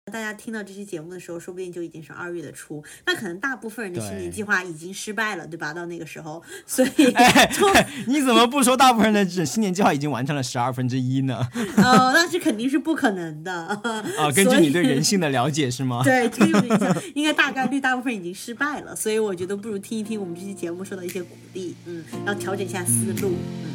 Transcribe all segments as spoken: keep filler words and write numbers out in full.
大家听到这期节目的时候，说不定就已经是二月的初，那可能大部分人的新年计划已经失败了， 对, 对吧？到那个时候，所以、 哎哎、你怎么不说大部分人的新年计划已经完成了十二分之一呢？ 哦，那是肯定是不可能的。 啊，根据你对人性的了解是吗？ 对，这个应该大概率大部分已经失败了，所以我觉得不如听一听我们这期节目受到一些鼓励，嗯，要调整一下思路，嗯。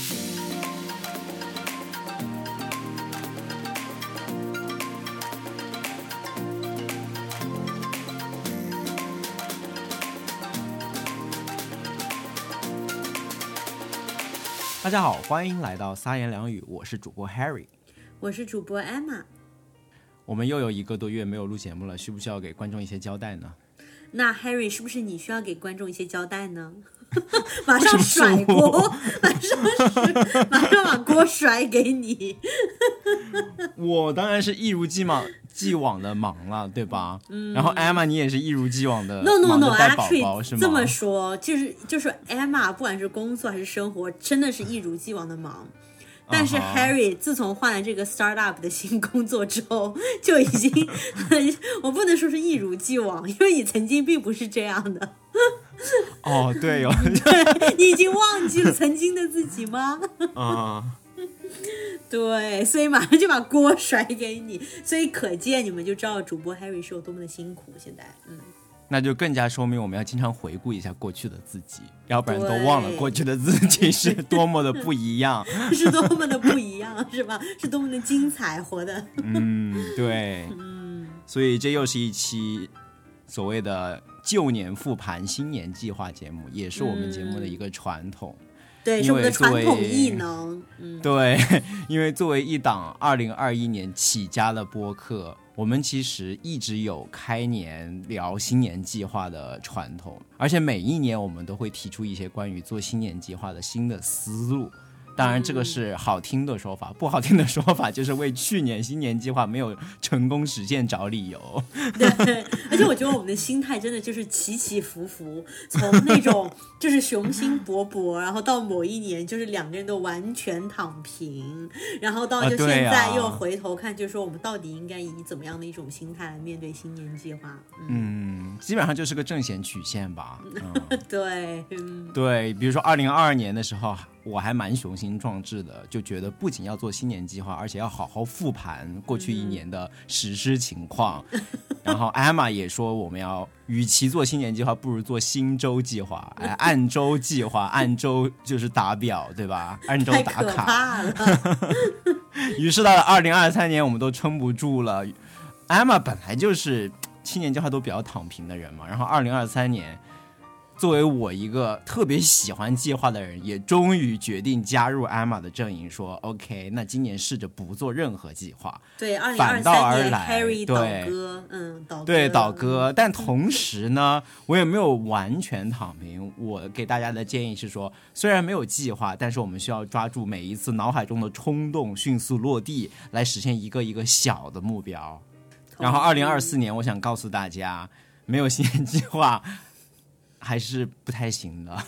大家好，欢迎来到撒言两语，我是主播 Harry， 我是主播 Emma。 我们又有一个多月没有录节目了，需不需要给观众一些交代呢？ 那 Harry 是不是你需要给观众一些交代呢？马上甩锅，马上马上把锅甩给你。 我当然是一如既往既往的忙了，对吧？嗯。然后 Emma 你也是一如既往的 no no no 忙着带宝宝，是吗？ 这么说就是就是 Emma 不管是工作还是生活，真的是一如既往的忙。但是 Harry 自从换了这个 startup 的新工作之后，就已经我不能说是一如既往，因为你曾经并不是这样的。 哦，对哦， 对，你已经忘记了曾经的自己吗？ 啊、 嗯，对，所以马上就把锅甩给你，所以可见你们就知道主播 Harry 是有多么的辛苦。现在，嗯。 那就更加说明我们要经常回顾一下过去的自己，要不然都忘了过去的自己是多么的不一样， 是多么的不一样，是吧？是多么的精彩，活的。 嗯，对，嗯，所以这又是一期所谓的旧年复盘新年计划节目，也是我们节目的一个传统。嗯， 对，是我们的传统艺能。嗯， 对，因为作为一档二零二一年起家的播客，我们其实一直有开年聊新年计划的传统，而且每一年我们都会提出一些关于做新年计划的新的思路。当然这个是好听的说法，嗯，不好听的说法就是为去年新年计划没有成功实现找理由。 对，而且我觉得我们的心态真的就是起起伏伏，从那种就是雄心勃勃，然后到某一年就是两个人都完全躺平，然后到就现在又回头看，就是说我们到底应该以怎么样的一种心态来面对新年计划。 嗯, 嗯，基本上就是个正弦曲线吧。 嗯，对，嗯， 对，比如说二零二二年的时候我还蛮雄心壮志的，就觉得不仅要做新年计划，而且要好好复盘过去一年的实施情况。嗯，然后 Emma 也说我们要与其做新年计划，不如做新周计划，哎，按周计划，按周就是打表，对吧？按周打卡。太可怕了。 于是到了二零二三年，我们都撑不住了。Emma 本来就是新年计划都比较躺平的人嘛，然后二零二三年。作为我一个特别喜欢计划的人，也终于决定加入 Emma 的阵营，说 OK， 那今年试着不做任何计划。 对，二零二三年 Harry 倒戈，嗯，倒戈， 对，倒戈。但同时呢，我也没有完全躺平。我给大家的建议是说，虽然没有计划，但是我们需要抓住每一次脑海中的冲动，迅速落地，来实现一个一个小的目标。然后二零二四年，我想告诉大家，没有新年计划。还是不太行的。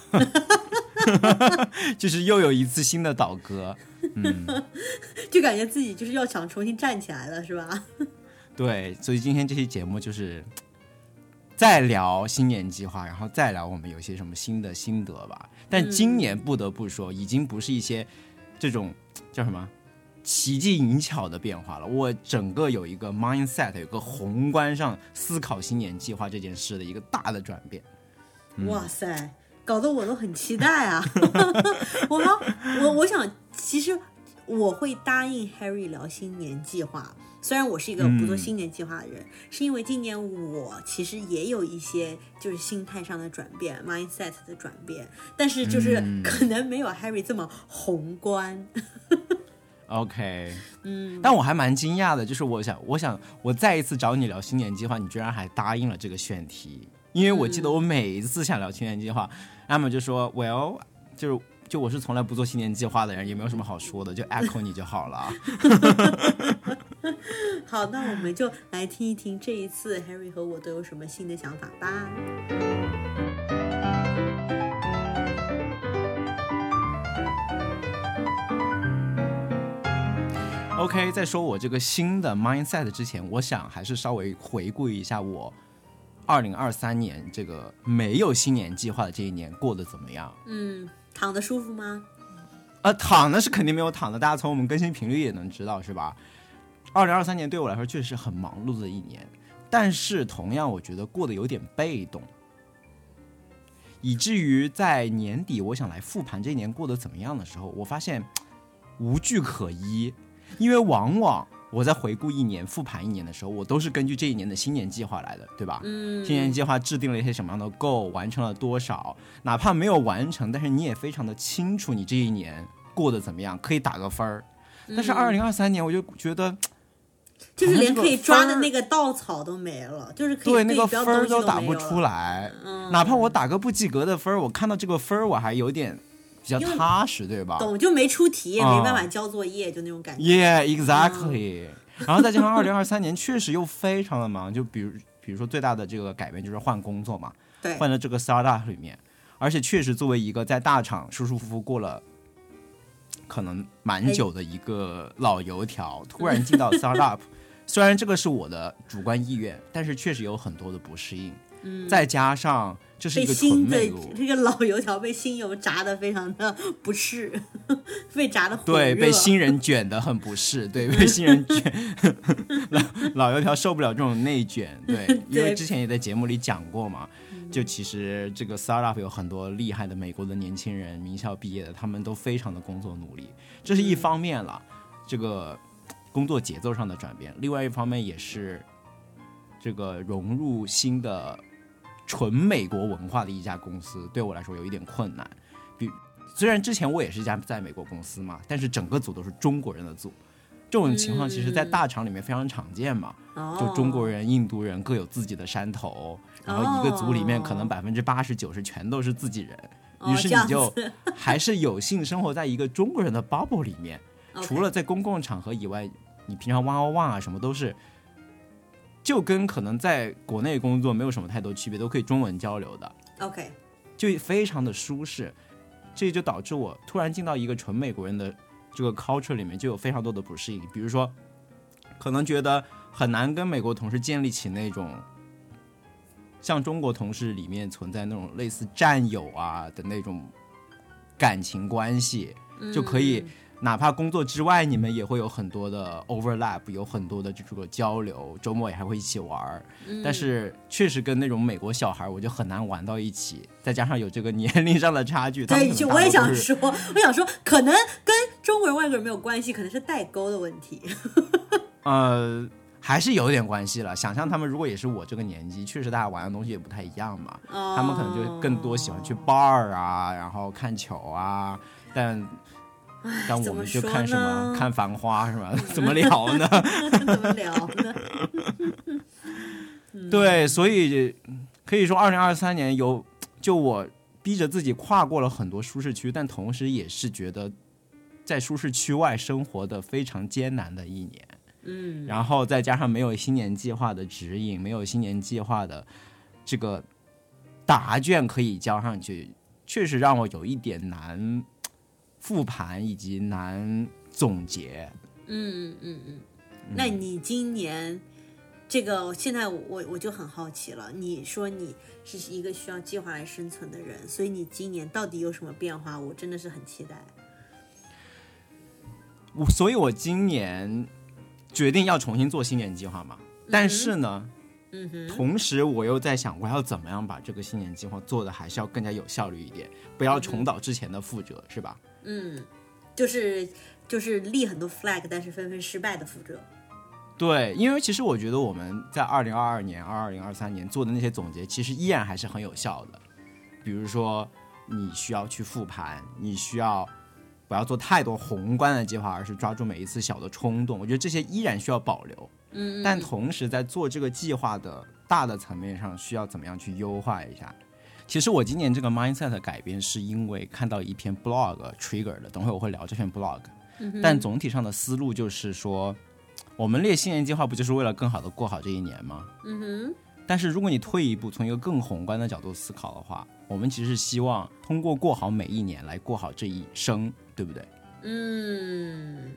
就是又有一次新的倒戈。嗯， 就感觉自己就是要想重新站起来了，是吧？ 对，所以今天这期节目就是再聊新年计划，然后再聊我们有些什么新的心得吧。但今年不得不说，已经不是一些这种叫什么奇技淫巧的变化了，我整个有一个 mindset， 有一个宏观上思考新年计划这件事的一个大的转变。 哇塞，搞得我都很期待啊。我我我想其实我会答应 Harry 聊新年计划，虽然我是一个不做新年计划的人、嗯、是因为今年我其实也有一些就是心态上的转变 mindset 的转变，但是就是可能没有 Harry 这么宏观。 OK， 嗯，但我还蛮惊讶的，就是我想我想我再一次找你聊新年计划，你居然还答应了这个选题。因为我记得我每一次想聊新年计划、嗯、Emma 就说 well 就是就我是从来不做新年计划的人，也没有什么好说的，就 echo 你就好了。 好，那我们就来听一听这一次 Harry 和我都有什么新的想法吧。 OK， 在说我这个新的 mindset 之前，我想还是稍微回顾一下我二零二三年这个没有新年计划的这一年过得怎么样。 嗯，躺得舒服吗？ 呃，躺的是肯定没有躺的，大家从我们更新频率也能知道，是吧？二零二三年对我来说确实很忙碌的一年，但是同样我觉得过得有点被动，以至于在年底我想来复盘这一年过得怎么样的时候，我发现无据可依。因为往往我在回顾一年复盘一年的时候，我都是根据这一年的新年计划来的，对吧？ 嗯， 新年计划制定了一些什么样的 goal， 完成了多少，哪怕没有完成，但是你也非常的清楚你这一年过得怎么样，可以打个分儿。但是二零二三年我就觉得就是连可以抓的那个稻草都没了，就是可以对那个分儿都打不出来、嗯、哪怕我打个不及格的分儿，我看到这个分儿我还有点比较踏实，对吧？ 懂，就没出题也没办法交作业、嗯、就那种感觉。 Yeah, exactly、嗯、然后再加上二零二三年确实又非常的忙，就比如比如说最大的这个改变就是换工作嘛， 对， 换到这个 startup 里面，而且确实作为一个在大厂舒舒服服过了可能蛮久的一个老油条，突然进到 startup 虽然这个是我的主观意愿，但是确实有很多的不适应、嗯、再加上这是一个纯美国， 这个老油条被新油炸得非常的不适，被炸得火热， 对，被新人卷得很不适，对，被新人卷老, 老油条受不了这种内卷，对，因为之前也在节目里讲过嘛，就其实这个 startup 有很多厉害的美国的年轻人，名校毕业的，他们都非常的工作努力，这是一方面了、嗯、这个工作节奏上的转变，另外一方面也是这个融入新的纯美国文化的一家公司，对我来说有一点困难。比虽然之前我也是一家在美国公司嘛，但是整个组都是中国人的组，这种情况其实在大厂里面非常常见嘛、嗯、就中国人印度人各有自己的山头、哦、然后一个组里面可能百分之八十九十全都是自己人、哦、于是你就还是有幸生活在一个中国人的 bubble 里面除了在公共场合以外，你平常 one on one 啊什么都是就跟可能在国内工作没有什么太多区别，都可以中文交流的 OK， 就非常的舒适，这就导致我突然进到一个纯美国人的这个 culture 里面就有非常多的不适应，比如说可能觉得很难跟美国同事建立起那种像中国同事里面存在那种类似战友啊的那种感情关系、嗯、就可以哪怕工作之外你们也会有很多的 overlap， 有很多的这个交流，周末也还会一起玩、嗯、但是确实跟那种美国小孩我就很难玩到一起，再加上有这个年龄上的差距， 对，就我也想说我想说可能跟中国人外国人没有关系，可能是代沟的问题呃还是有点关系了，想象他们如果也是我这个年纪，确实大家玩的东西也不太一样嘛、哦、他们可能就更多喜欢去 bar 啊，然后看球啊，但但我们就看什么看繁花是吧？怎么聊呢？ 怎么聊呢？ 对，所以可以说二零二三年有就我逼着自己跨过了很多舒适区，但同时也是觉得在舒适区外生活的非常艰难的一年。 嗯， 然后再加上没有新年计划的指引，没有新年计划的这个答卷可以交上去，确实让我有一点难复盘以及难总结。 嗯嗯嗯，那你今年这个现在我我就很好奇了，你说你是一个需要计划来生存的人，所以你今年到底有什么变化？我真的是很期待。 我所以我今年决定要重新做新年计划嘛，但是呢、 嗯哼， 同时我又在想我要怎么样把这个新年计划做的还是要更加有效率一点，不要重蹈之前的覆辙、嗯、是吧？ 嗯，就是就是立很多 flag 但是纷纷失败的覆辙。 对，因为其实我觉得我们在二零二二年、二零二三年做的那些总结，其实依然还是很有效的。比如说，你需要去复盘，你需要不要做太多宏观的计划，而是抓住每一次小的冲动。我觉得这些依然需要保留。 嗯， 但同时在做这个计划的大的层面上，需要怎么样去优化一下。其实我今年这个 mindset 的改变是因为看到一篇 blog trigger 的，等会我会聊这篇 blog、嗯、但总体上的思路就是说，我们列新年计划不就是为了更好的过好这一年吗？ 嗯哼。 但是如果你退一步从一个更宏观的角度思考的话，我们其实是希望通过过好每一年来过好这一生，对不对？ 嗯。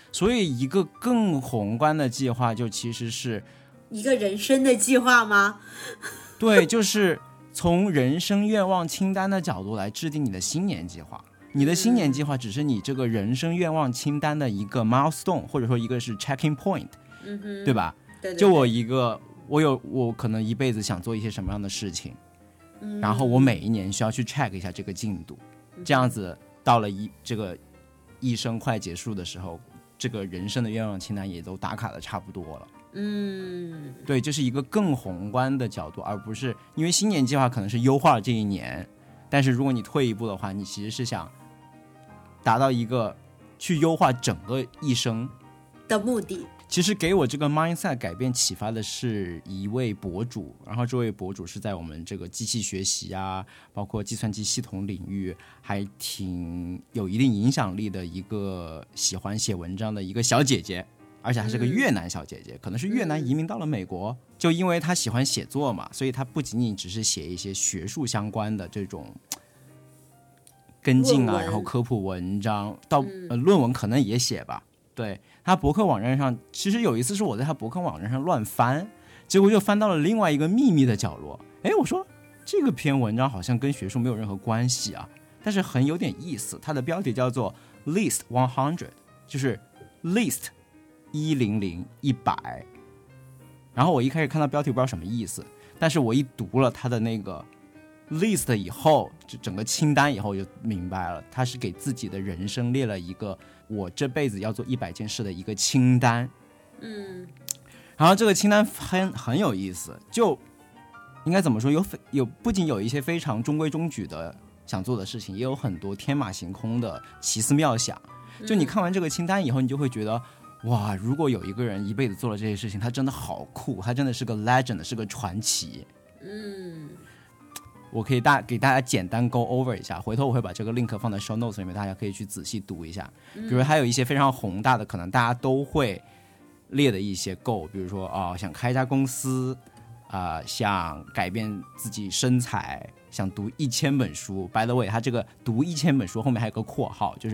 所以一个更宏观的计划就其实是一个人生的计划吗？ 对，就是从人生愿望清单的角度来制定你的新年计划。你的新年计划只是你这个人生愿望清单的一个 milestone， 或者说一个是 checking point， 嗯哼， 对吧？ 对对对， 就我一个，我有我可能一辈子想做一些什么样的事情， 嗯、 然后我每一年需要去 check 一下这个进度， 嗯、 这样子到了一这个一生快结束的时候，这个人生的愿望清单也都打卡的差不多了。 嗯， 对，这是一个更宏观的角度，而不是因为新年计划可能是优化了这一年，但是如果你退一步的话，你其实是想达到一个去优化整个一生的目的。 其实给我这个 mindset 改变启发的是一位博主，然后这位博主是在我们这个机器学习啊，包括计算机系统领域还挺有一定影响力的一个喜欢写文章的一个小姐姐，而且还是个越南小姐姐，嗯、可能是越南移民到了美国，嗯、就因为她喜欢写作嘛，所以她不仅仅只是写一些学术相关的这种跟进啊，然后科普文章，到、嗯呃、论文可能也写吧。对，他博客网站上，其实有一次是我在他博客网站上乱翻，结果就翻到了另外一个秘密的角落。哎，我说这个篇文章好像跟学术没有任何关系啊，但是很有点意思。它的标题叫做 List 一百，就是 List 一零零一百。然后我一开始看到标题不知道什么意思，但是我一读了他的那个 List 以后，就整个清单以后就明白了，他是给自己的人生列了一个我这辈子要做一百件事的一个清单。 嗯， 然后这个清单很很有意思，就应该怎么说，有有不仅有一些非常中规中矩的想做的事情，也有很多天马行空的奇思妙想。就你看完这个清单以后，你就会觉得哇，如果有一个人一辈子做了这些事情，他真的好酷，他真的是个 legend， 是个传奇。 嗯， 我可以大给大家简单 go over 一下，回头我会把这个 link 放在 show notes 里面，大家可以去仔细读一下。比如还有一些非常宏大的，可能大家都会列的一些 goal， 比如说哦，想开一家公司，啊、呃，想改变自己身材，想读一千本书。By the way， 他这个读一千本书后面还有个括号，就是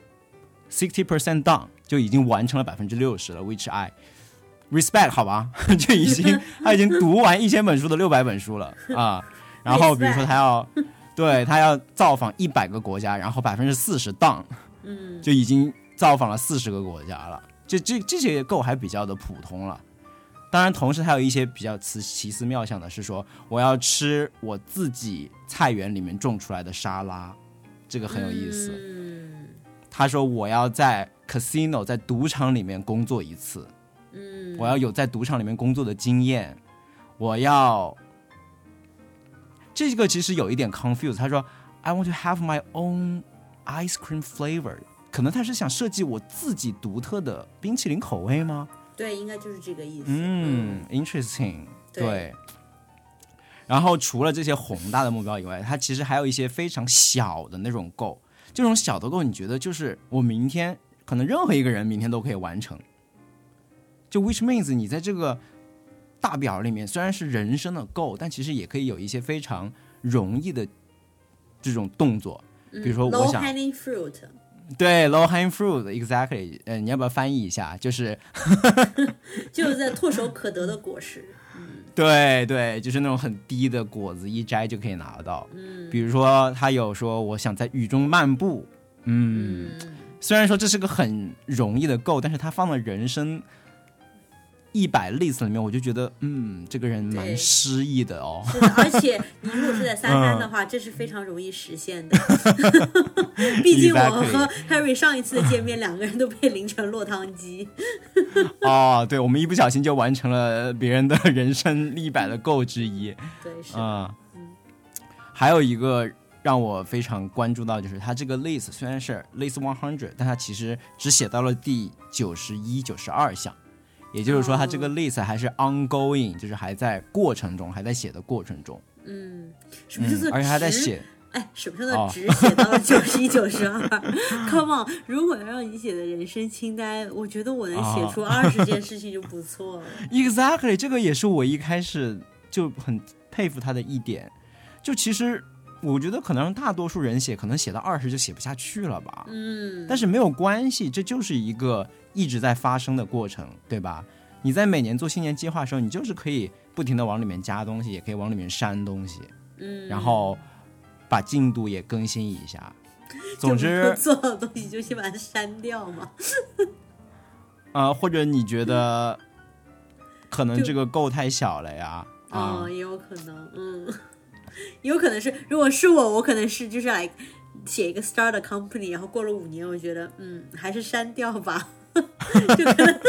sixty percent done， 就已经完成了百分之六十了 ，which I respect， 好吧，就已经他已经读完一千本书的六百本书了啊。然后比如说他要对他要造访一百个国家，然后百分之四十 done， 嗯， 就已经造访了四十个国家了。这这这些够还比较的普通了。当然，同时还有一些比较奇思妙想的是说，我要吃我自己菜园里面种出来的沙拉，这个很有意思。 嗯， 他说我要在 casino 在赌场里面工作一次， 嗯， 我要有在赌场里面工作的经验，我要。这个其实有一点 confused， 他说 I want to have my own ice cream flavor， 可能他是想设计我自己独特的冰淇淋口味吗？ 对，应该就是这个意思。 嗯 interesting， 对。 对。然后除了这些宏大的目标以外，它其实还有一些非常小的那种 goal， 这种小的 goal 你觉得就是我明天可能任何一个人明天都可以完成，就 which means 你在这个大表里面虽然是人生的 goal， 但其实也可以有一些非常容易的这种动作，比如说我想、 嗯、low hanging fruit， 对 low hanging fruit exactly， 呃，你要不要翻译一下？就是就是在唾手可得的果实。嗯， 对对，就是那种很低的果子，一摘就可以拿到。 嗯， 比如说他有说我想在雨中漫步，嗯，嗯虽然说这是个很容易的 goal， 但是他放了人生一百 list 里面，我就觉得，嗯，这个人蛮诗意的哦。 是的，而且你如果是在三藩的话，嗯、这是非常容易实现的。毕竟我和 Harry 上一次的见面，两个人都被淋成落汤鸡。 哦，对，我们一不小心就完成了别人的人生一百的 goal 之一。 对，是的。 嗯，嗯还有一个让我非常关注到，就是他这个 list 虽然是 list 一百，但他其实只写到了第九十一、九十二项。也就是说，他这个 list 还是 ongoing，、哦、就是还在过程中，还在写的过程中。 嗯，什么叫做、嗯、 而且还在写？ 哎，什么叫做只写到了九十一、九十二？Come on， 如果要让你写的人生清单，我觉得我能写出二十件事情就不错了。 Exactly， 这个也是我一开始就很佩服他的一点。就其实我觉得可能让大多数人写，可能写到二十就写不下去了吧。 嗯， 但是没有关系，这就是一个一直在发生的过程，对吧？你在每年做新年计划的时候，你就是可以不停的往里面加东西，也可以往里面删东西， 嗯， 然后把进度也更新一下。总之， 做的东西就先把它删掉嘛。 啊、呃，或者你觉得可能这个够太小了呀？啊、 哦，也有可能，嗯，有可能是，如果是我，我可能是就是来写一个 start a company， 然后过了五年，我觉得嗯，还是删掉吧。就可能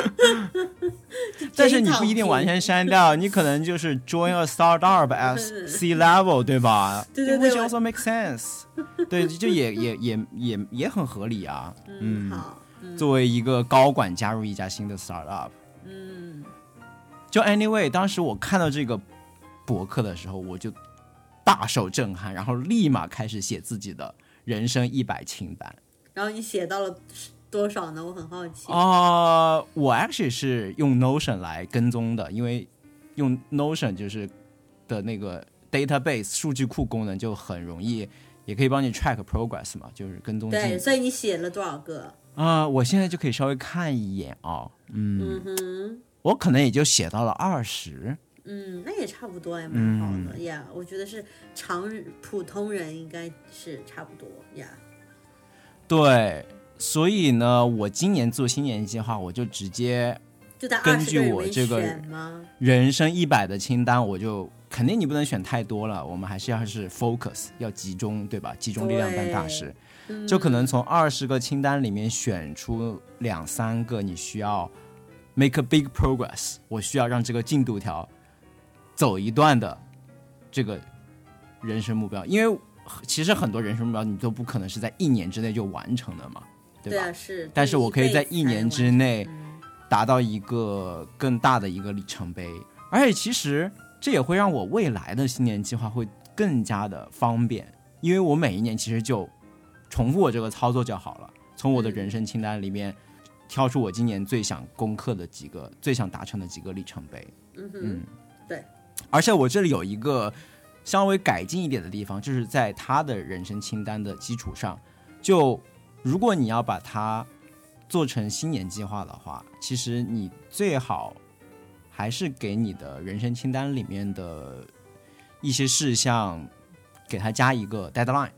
但是你不一定完全删掉，你可能就是 join a startup at C level， 对吧？ 对对对 ，which also makes sense。对，就也也也也也很合理啊。 嗯，好。嗯、 作为一个高管加入一家新的 startup， 嗯， 就 anyway， 当时我看到这个博客的时候，我就大受震撼，然后立马开始写自己的人生一百清单。 然后你写到了多少呢？我很好奇。 啊、呃，我 actually 是用 Notion 来跟踪的，因为用 Notion 就是的那个 database 数据库功能就很容易，也可以帮你 track progress 嘛，就是跟踪进度。 对，所以你写了多少个？ 啊、呃，我现在就可以稍微看一眼啊，嗯， 嗯哼， 我可能也就写到了二十。 嗯，那也差不多，也蛮好的呀。嗯 yeah, 我觉得是常人普通人应该是差不多呀。Yeah. 对。所以呢，我今年做新年计划，我就直接根据我这个人生一百的清单，我就肯定你不能选太多了，我们还是要是 focus， 要集中，对吧？集中力量办大事，就可能从二十个清单里面选出两三个你需要 make a big progress， 我需要让这个进度条走一段的这个人生目标，因为其实很多人生目标你都不可能是在一年之内就完成的嘛。对吧？ 对啊，是。 但是我可以在一年之内达到一个更大的一个里程碑，嗯、而且其实这也会让我未来的新年计划会更加的方便，因为我每一年其实就重复我这个操作就好了，从我的人生清单里面挑出我今年最想攻克的几个、最想达成的几个里程碑。 嗯哼，嗯对。 而且我这里有一个稍微改进一点的地方，就是在他的人生清单的基础上，就。如果你要把它做成新年计划的话，其实你最好还是给你的人生清单里面的一些事项给它加一个 deadline。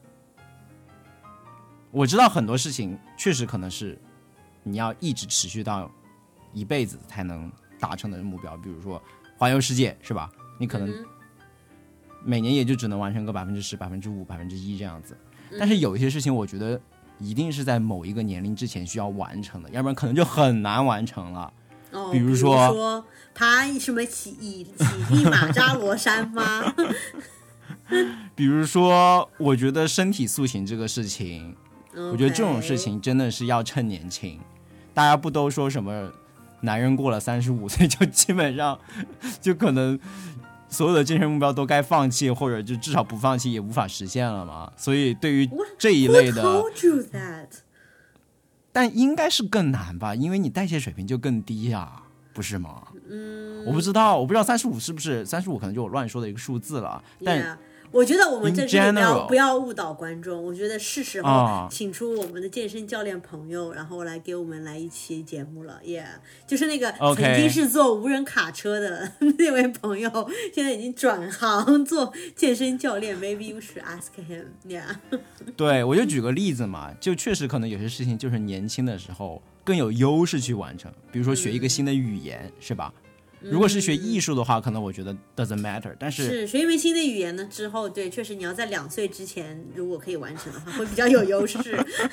我知道很多事情确实可能是你要一直持续到一辈子才能达成的目标，比如说环游世界，是吧？你可能每年也就只能完成个百分之十、百分之五、百分之一这样子。但是有一些事情我觉得一定是在某一个年龄之前需要完成的，要不然可能就很难完成了。 哦， 比如说， 比如说爬什么乞乞力马扎罗山吗？ 比如说，我觉得身体塑形这个事情， okay. 我觉得这种事情真的是要趁年轻。大家不都说什么男人过了三十五岁就基本上就可能所有的健身目标都该放弃，或者就至少不放弃也无法实现了嘛。所以对于这一类的 Who told you that? 但应该是更难吧，因为你代谢水平就更低啊，不是吗？ 嗯， 我不知道，我不知道三十五是不是三十五，可能就我乱说的一个数字了。但 yeah.我觉得我们这里不 general, 要不要误导观众，我觉得是时候啊请出我们的健身教练朋友，然后来给我们来一期节目了。耶、yeah ，就是那个曾经是做无人卡车的那位朋友，现在已经转行做健身教练。Maybe you should ask him. Yeah. 对，我就举个例子嘛，就确实可能有些事情就是年轻的时候更有优势去完成，比如说学一个新的语言，嗯、是吧？如果是学艺术的话，可能我觉得 doesn't matter， 但是是学一门新的语言呢之后，对，确实你要在两岁之前如果可以完成的话，会比较有优势。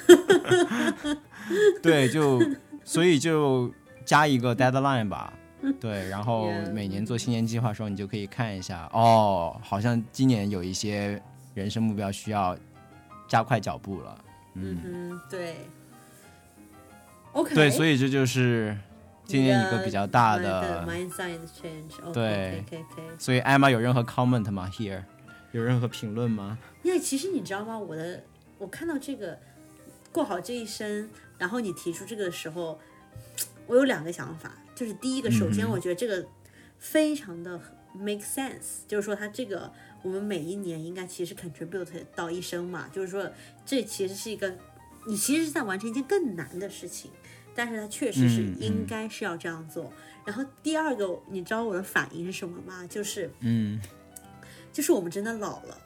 对，就所以就加一个 deadline 吧。对，然后每年做新年计划的时候，你就可以看一下，哦，好像今年有一些人生目标需要加快脚步了。 嗯哼，对。OK。 对，所以这就是今年一个比较大的 mind science change。 对， okay, okay, okay. 所以艾玛有任何 comment 吗 ？Here 有任何评论吗？ 因为其实你知道吗？我的我看到这个过好这一生，然后你提出这个的时候，我有两个想法。就是第一个，首先我觉得这个非常的 make sense， 就是说它这个我们每一年应该其实 contribute 到一生嘛，就是说这其实是一个你其实是在完成一件更难的事情，但是它确实是应该是要这样做。嗯嗯、然后第二个，你知道我的反应是什么吗？就是嗯，就是我们真的老了。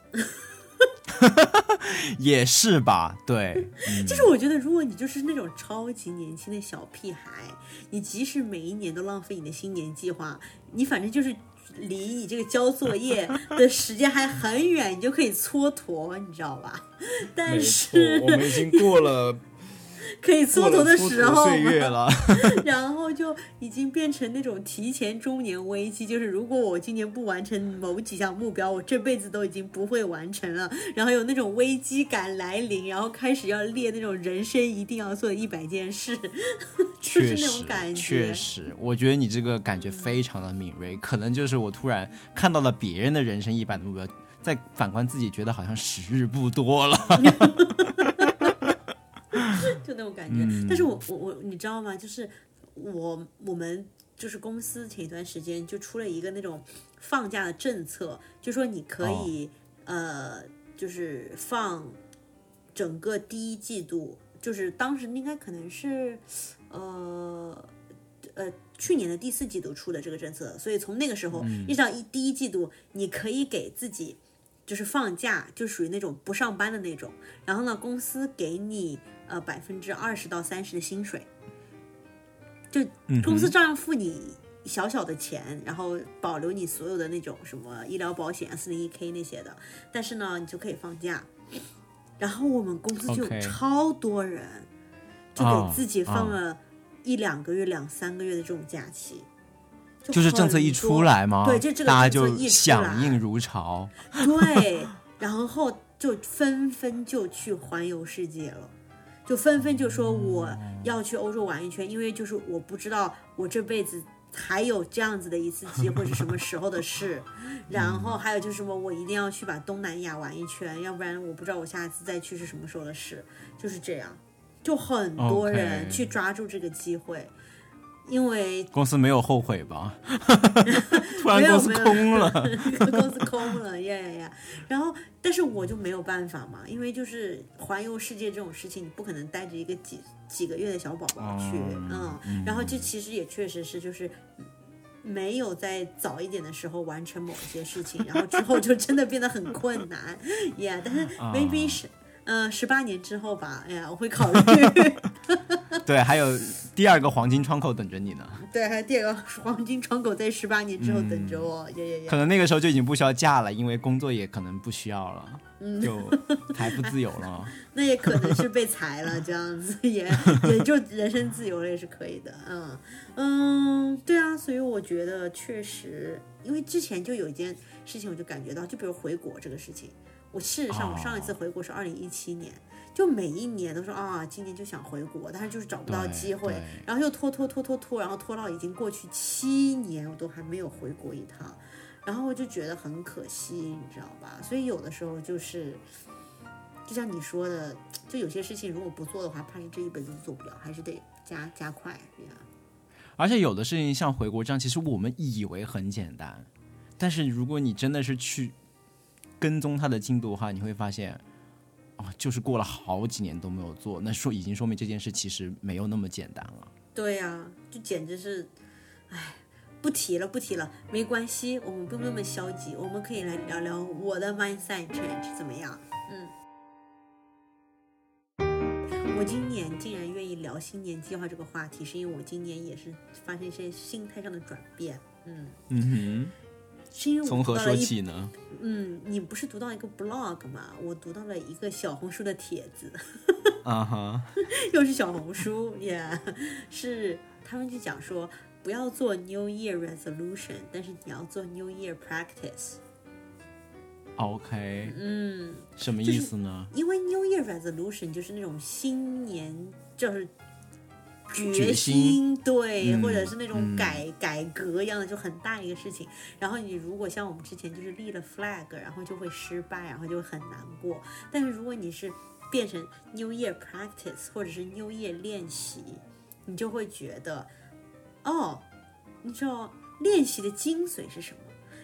也是吧，对、 嗯，就是我觉得如果你就是那种超级年轻的小屁孩，你即使每一年都浪费你的新年计划，你反正就是离你这个交作业的时间还很远，你就可以蹉跎，你知道吧？但是我们已经过了可以蹉跎的时候岁月了然后就已经变成那种提前中年危机，就是如果我今年不完成某几项目标，我这辈子都已经不会完成了，然后有那种危机感来临，然后开始要列那种人生一定要做的一百件事就是那种感觉。 确实我觉得你这个感觉非常的敏锐、嗯、可能就是我突然看到了别人的人生一百的目标，再反观自己觉得好像时日不多了就那种感觉、嗯、但是我我我你知道吗，就是我我们就是公司前一段时间就出了一个那种放假的政策，就说你可以、哦、呃就是放整个第一季度，就是当时应该可能是呃呃去年的第四季度出的这个政策，所以从那个时候、嗯、一直到一第一季度你可以给自己就是放假，就属于那种不上班的那种，然后呢公司给你呃百分之二十到三十的薪水，就公司照样付你小小的钱、嗯、然后保留你所有的那种什么医疗保险四零一 k 那些的，但是呢你就可以放假。然后我们公司就有超多人、okay. 就给自己放了一两个月、oh, oh. 两三个月的这种假期， 就, 就是政策一出来吗？ 对，就这个大家就响应如潮。 对，然后就纷纷就去环游世界了，就纷纷就说我要去欧洲玩一圈，因为就是我不知道我这辈子还有这样子的一次机会是什么时候的事然后还有就是什么我一定要去把东南亚玩一圈，要不然我不知道我下一次再去是什么时候的事，就是这样，就很多人去抓住这个机会。Okay.因为公司没有后悔吧突然公司空了公司空了呀呀呀！然后但是我就没有办法嘛，因为就是环游世界这种事情你不可能带着一个几几个月的小宝宝去、嗯嗯、然后这其实也确实是就是没有在早一点的时候完成某些事情，然后之后就真的变得很困难呀、yeah, 但是 maybe 是、呃十八年之后吧，哎呀我会考虑对，还有第二个黄金窗口等着你呢。 对，还有第二个黄金窗口在十八年之后等着我、嗯 yeah, yeah, yeah. 可能那个时候就已经不需要假了，因为工作也可能不需要了、嗯、就财富自由了那也可能是被裁了这样子也也就人身自由了也是可以的。嗯嗯，对啊，所以我觉得确实，因为之前就有一件事情我就感觉到，就比如回国这个事情，我事实上我上一次回国是二零一七年、哦，就每一年都说啊，今年就想回国，但是就是找不到机会，然后又拖拖拖拖拖，然后拖到已经过去七年，我都还没有回国一趟，然后我就觉得很可惜，你知道吧？所以有的时候就是，就像你说的，就有些事情如果不做的话，怕是这一辈子都做不了，还是得加加快呀。 而且有的事情像回国这样，其实我们以为很简单，但是如果你真的是去跟踪它的进度的话，你会发现。就是过了好几年都没有做，那说已经说明这件事其实没有那么简单了。 对呀、啊，就简直是，哎，不提了不提了，没关系，我们不用那么消极，我们可以来聊聊我的 mindset change 怎么样？嗯，我今年竟然愿意聊新年计划这个话题，是因为我今年也是发生一些心态上的转变。嗯嗯哼。 是因为从何说起呢？ 嗯，你不是读到一个 blog 吗？我读到了一个小红书的帖子， 啊哈， 又是小红书呀， yeah, 是他们就讲说不要做 New Year resolution， 但是你要做 New Year practice。OK， 嗯，什么意思呢？ 就是、因为 New Year resolution 就是那种新年就是。决心对、嗯，或者是那种改、嗯、改革一样的，就很大一个事情。然后你如果像我们之前就是立了 flag， 然后就会失败，然后就会很难过。但是如果你是变成 New Year practice 或者是 New Year 练习，你就会觉得，哦，你知道练习的精髓是什么？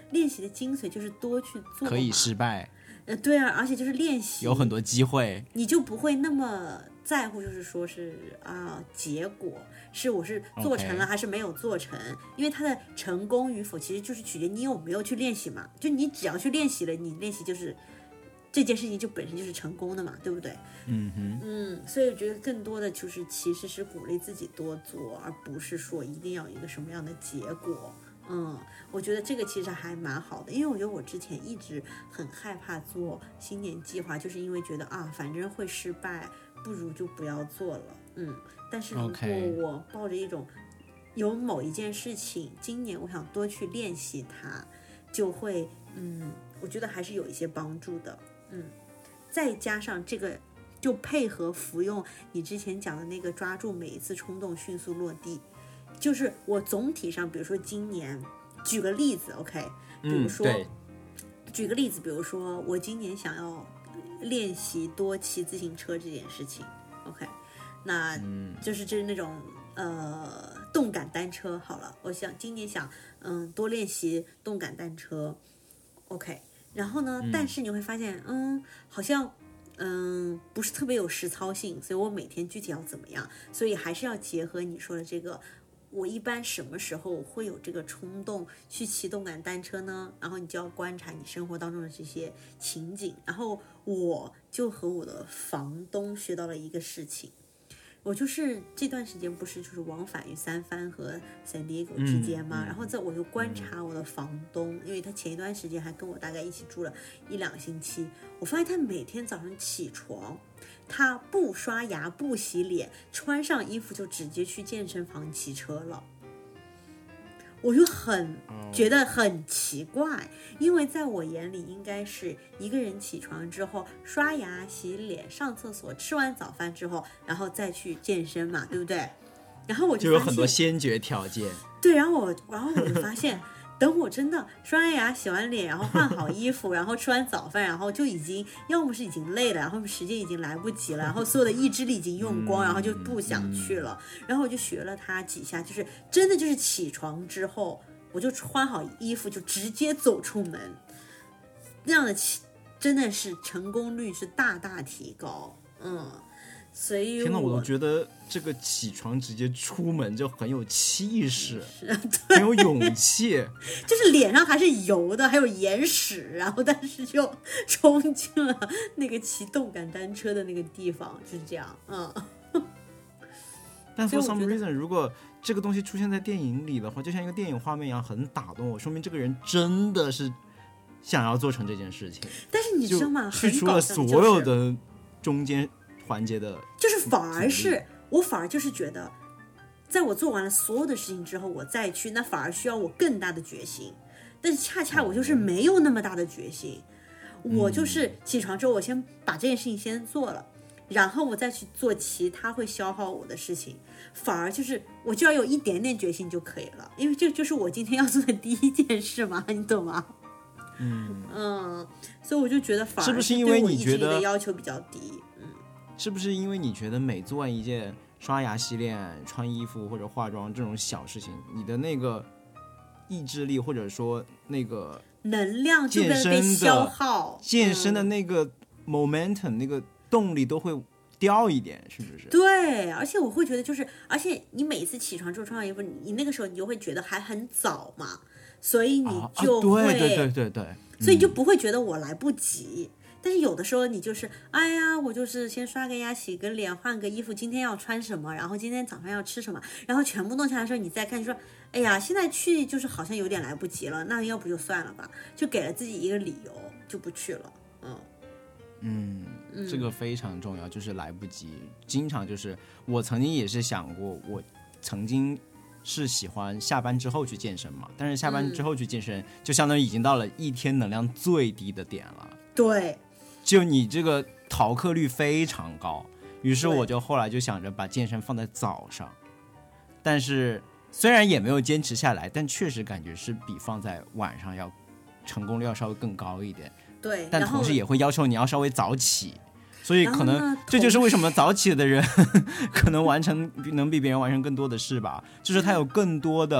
练习的精髓就是多去做， 可以失败， 呃，对啊，而且就是练习有很多机会， 你就不会那么在乎，就是说是啊结果是我是做成了还是没有做成， okay. 因为它的成功与否其实就是取决你有没有去练习嘛，就你只要去练习了，你练习就是这件事情就本身就是成功的嘛，对不对？ 嗯哼， 嗯，所以我觉得更多的就是其实是鼓励自己多做，而不是说一定要有一个什么样的结果。嗯，我觉得这个其实还蛮好的，因为我觉得我之前一直很害怕做新年计划，就是因为觉得啊，反正会失败，不如就不要做了。嗯，但是如果我抱着一种有某一件事情，今年我想多去练习它，就会嗯，我觉得还是有一些帮助的。嗯，再加上这个，就配合服用你之前讲的那个抓住每一次冲动迅速落地。就是我总体上，比如说今年，举个例子 ，OK， 比如说、嗯，举个例子，比如说我今年想要练习多骑自行车这件事情 ，OK， 那就是就是那种呃动感单车好了，我想今年想嗯多练习动感单车 ，OK， 然后呢，但是你会发现，嗯，好像。嗯，不是特别有实操性，所以我每天具体要怎么样，所以还是要结合你说的这个，我一般什么时候会有这个冲动去骑动感单车呢？然后你就要观察你生活当中的这些情景，然后我就和我的房东学到了一个事情，我就是这段时间不是就是往返于三藩和 San Diego 之间嘛、嗯嗯，然后在我就观察我的房东、嗯，因为他前一段时间还跟我大概一起住了一两个星期，我发现他每天早上起床，他不刷牙不洗脸，穿上衣服就直接去健身房骑车了。我就很觉得很奇怪，因为在我眼里应该是一个人起床之后刷牙洗脸上厕所吃完早饭之后然后再去健身嘛，对不对？然后我就就有很多先决条件， 对，然后我然后我就发现等我真的刷完牙洗完脸然后换好衣服然后吃完早饭，然后就已经要么是已经累了，然后时间已经来不及了，然后所有的意志力已经用光、嗯、然后就不想去了、嗯、然后我就学了他几下，就是真的就是起床之后我就换好衣服就直接走出门，那样的真的是成功率是大大提高。嗯，所以天哪，我都觉得这个起床直接出门就很有气势，很有勇气， 就是脸上还是油的，还有眼屎，然后但是就冲进了那个骑动感单车的那个地方，就是这样。嗯， 但 for some reason 如果这个东西出现在电影里的话，就像一个电影画面一样很打动我，说明这个人真的是想要做成这件事情。 但是你知道吗， 去除了所有的中间环节的， 就是反而是我反而就是觉得在我做完了所有的事情之后我再去，那反而需要我更大的决心，但是恰恰我就是没有那么大的决心、嗯、我就是起床之后我先把这件事情先做了，然后我再去做其他会消耗我的事情，反而就是我就要有一点点决心就可以了，因为这就是我今天要做的第一件事嘛，你懂吗？ 嗯嗯，所以我就觉得反而是不是因为你觉得的要求比较低？嗯， 是不是因为你觉得每做完一件刷牙洗脸穿衣服或者化妆这种小事情，你的那个意志力或者说那个能量就被消耗， 健身的那个 momentum、嗯、那个动力都会掉一点，是不是？ 对，而且我会觉得就是，而且你每次起床之后穿上衣服，你那个时候你就会觉得还很早嘛，所以你就会、 啊啊、对对对对对， 所以你就不会觉得我来不及、嗯、但是有的时候你就是哎呀我就是先刷个牙洗个脸换个衣服，今天要穿什么，然后今天早上要吃什么，然后全部弄下来的时候你再看，就说哎呀现在去就是好像有点来不及了，那要不就算了吧，就给了自己一个理由就不去了。嗯嗯，这个非常重要，就是来不及。经常就是我曾经也是想过，我曾经是喜欢下班之后去健身嘛，但是下班之后去健身、嗯、就相当于已经到了一天能量最低的点了。 对， 就你这个逃课率非常高，于是我就后来就想着把健身放在早上，但是虽然也没有坚持下来，但确实感觉是比放在晚上要成功率要稍微更高一点。 对， 但同时也会要求你要稍微早起，所以可能这就是为什么早起的人可能完成能比别人完成更多的事吧，就是他有更多的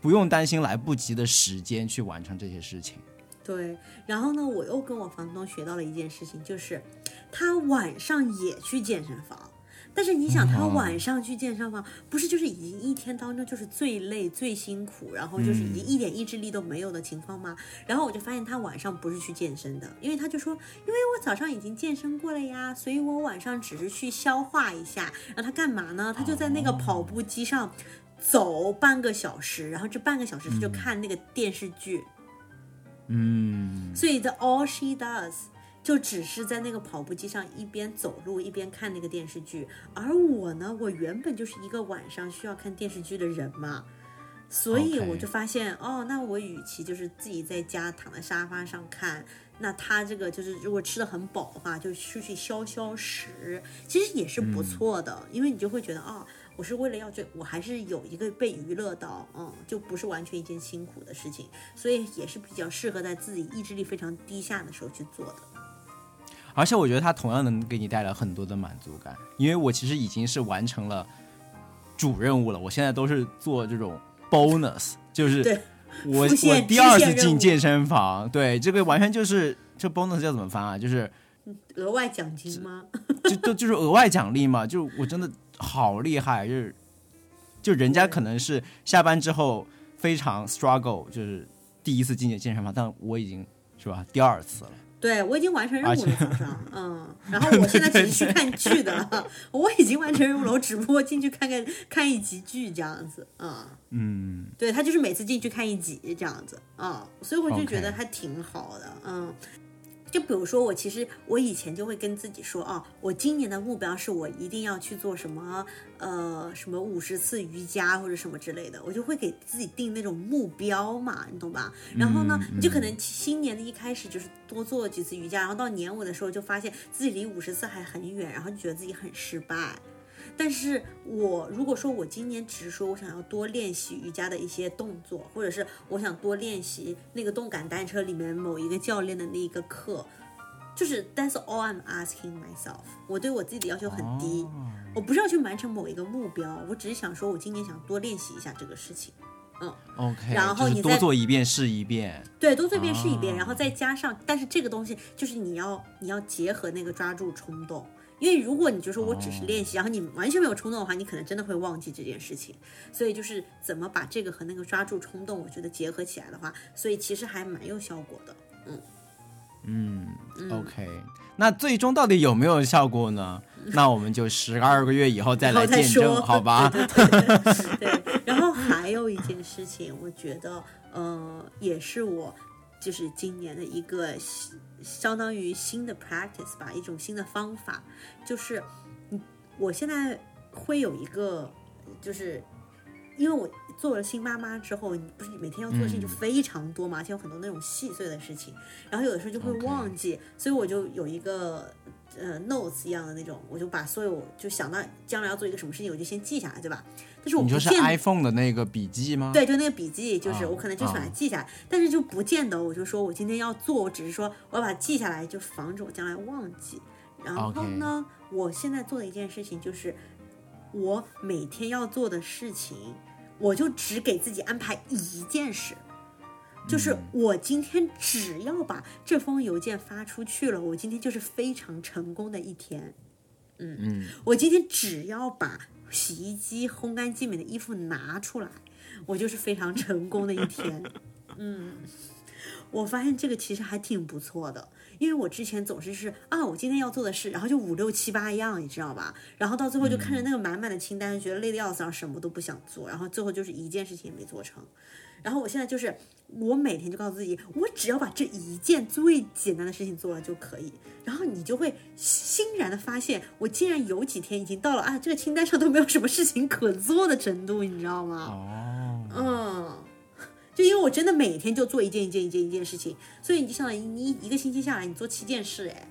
不用担心来不及的时间去完成这些事情。 对，然后呢，我又跟我房东学到了一件事情，就是他晚上也去健身房。但是你想，他晚上去健身房，不是就是已经一天当中就是最累、最辛苦，然后就是已经一点意志力都没有的情况吗？然后我就发现他晚上不是去健身的，因为他就说，因为我早上已经健身过了呀，所以我晚上只是去消化一下。然后他干嘛呢？他就在那个跑步机上走半个小时，然后这半个小时他就看那个电视剧。 嗯， 所以 the all she does。就只是在那个跑步机上一边走路一边看那个电视剧，而我呢，我原本就是一个晚上需要看电视剧的人嘛，所以我就发现、okay. 哦，那我与其就是自己在家躺在沙发上看，那他这个就是如果吃得很饱的话，就出去消消食，其实也是不错的、嗯、因为你就会觉得哦，我是为了要去，我还是有一个被娱乐到，嗯，就不是完全一件辛苦的事情，所以也是比较适合在自己意志力非常低下的时候去做的。 而且我觉得它同样能给你带来很多的满足感，因为我其实已经是完成了主任务了，我现在都是做这种 bonus， 就是我我第二次进健身房，对，这个完全就是这 bonus 叫怎么翻啊？就是额外奖金吗？ 就就就是额外奖励嘛，就我真的好厉害，就是就人家可能是下班之后非常 struggle， 就是第一次进健身房，但我已经是吧第二次了。 对，我已经完成任务了早上，嗯，然后我现在只是去看剧的了，我已经完成任务了，我只不过进去看看看一集剧这样子，嗯嗯， 对，他就是每次进去看一集这样子，嗯，所以我就觉得还挺好的， okay. 嗯。就比如说我其实我以前就会跟自己说哦，我今年的目标是我一定要去做什么呃什么五十次瑜伽或者什么之类的，我就会给自己定那种目标嘛，你懂吧？然后呢，你就可能新年的一开始就是多做几次瑜伽，然后到年尾的时候就发现自己离五十次还很远，然后就觉得自己很失败。但是我如果说我今年只是说我想要多练习瑜伽的一些动作，或者是我想多练习那个动感单车里面某一个教练的那一个课，就是 that's all I'm asking myself， 我对我自己的要求很低、哦、我不是要去完成某一个目标，我只是想说我今年想多练习一下这个事情。嗯 ，OK， 然后你就是多做一遍是一遍， 对，多做一遍是一遍、哦、然后再加上，但是这个东西就是你要你要结合那个抓住冲动，因为如果你就说我只是练习、哦、然后你完全没有冲动的话，你可能真的会忘记这件事情。所以就是怎么把这个和那个抓住冲动我觉得结合起来的话，所以其实还蛮有效果的。嗯嗯 OK， 那最终到底有没有效果呢？那我们就十二个月以后再来见证，好吧？ 对对对对对。然后还有一件事情，我觉得呃也是我就是今年的一个相当于新的 practice 吧，一种新的方法，就是我现在会有一个，就是因为我做了新妈妈之后，你不是每天要做的事情就非常多嘛，而且有很多那种细碎的事情，然后有的时候就会忘记， okay. 所以我就有一个呃 notes 一样的那种，我就把所有就想到将来要做一个什么事情，我就先记下来，对吧？但是我不见得， 你说是 iPhone 的那个笔记吗？ 对，就那个笔记，就是我可能就把它记下来、哦哦，但是就不见得我就说我今天要做，我只是说我要把它记下来，就防止我将来忘记。然后呢， okay. 我现在做的一件事情就是我每天要做的事情，我就只给自己安排一件事，就是我今天只要把这封邮件发出去了，我今天就是非常成功的一天。嗯嗯，我今天只要把洗衣机烘干机里面的衣服拿出来，我就是非常成功的一天。嗯，我发现这个其实还挺不错的，因为我之前总是是啊，我今天要做的事，然后就五六七八样，你知道吧？然后到最后就看着那个满满的清单，觉得累得要死，然后什么都不想做，然后最后就是一件事情也没做成。然后我现在就是，我每天就告诉自己，我只要把这一件最简单的事情做了就可以。然后你就会欣然的发现，我竟然有几天已经到了啊，这个清单上都没有什么事情可做的程度，你知道吗？哦，嗯。就因为我真的每天就做一件一件一件一件事情，所以你就想你一个星期下来你做七件事，哎，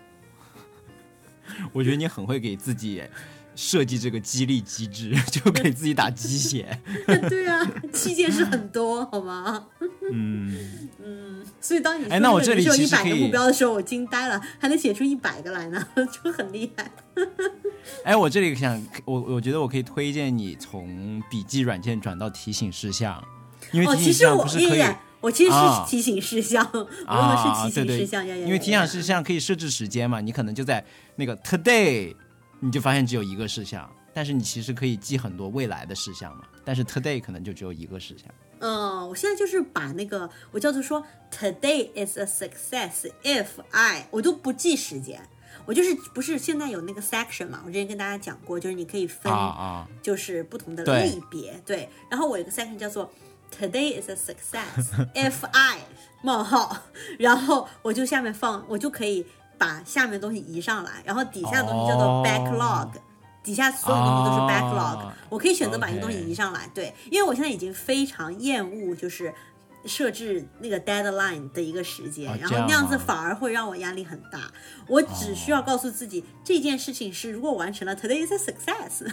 我觉得你很会给自己设计这个激励机制，就给自己打鸡血。 对啊，七件事很多，好吗？嗯嗯，所以当你说那我这里有一百个目标的时候，我惊呆了，还能写出一百个来呢，就很厉害。 哎，我这里想，我我觉得我可以推荐你从笔记软件转到提醒事项。 哦， 因为提醒事其实我项不是可以、 也我其实是啊提醒事项，我用的是提醒事项， 啊、对对， 呀呀呀呀因为提醒事项可以设置时间嘛，你可能就在那个 today， 你就发现只有一个事项，但是你其实可以记很多未来的事项嘛，但是 today 可能就只有一个事项。 嗯，我现在就是把那个我叫做说 today is a success if I， 我都不记时间，我就是不是现在有那个 section 嘛，我之前跟大家讲过，就是你可以分就是不同的类别，啊啊、对，然后我有个 section 叫做 today is a success if I 冒号，然后我就下面放，我就可以把下面的东西移上来，然后底下的东西叫做 backlog、哦。底下所有东西都是 backlog、哦、我可以选择把一个东西移上来、okay、对，因为我现在已经非常厌恶就是设置那个 deadline 的一个时间、哦、然后那样子反而会让我压力很大，我只需要告诉自己、哦、这件事情是如果完成了 today is a success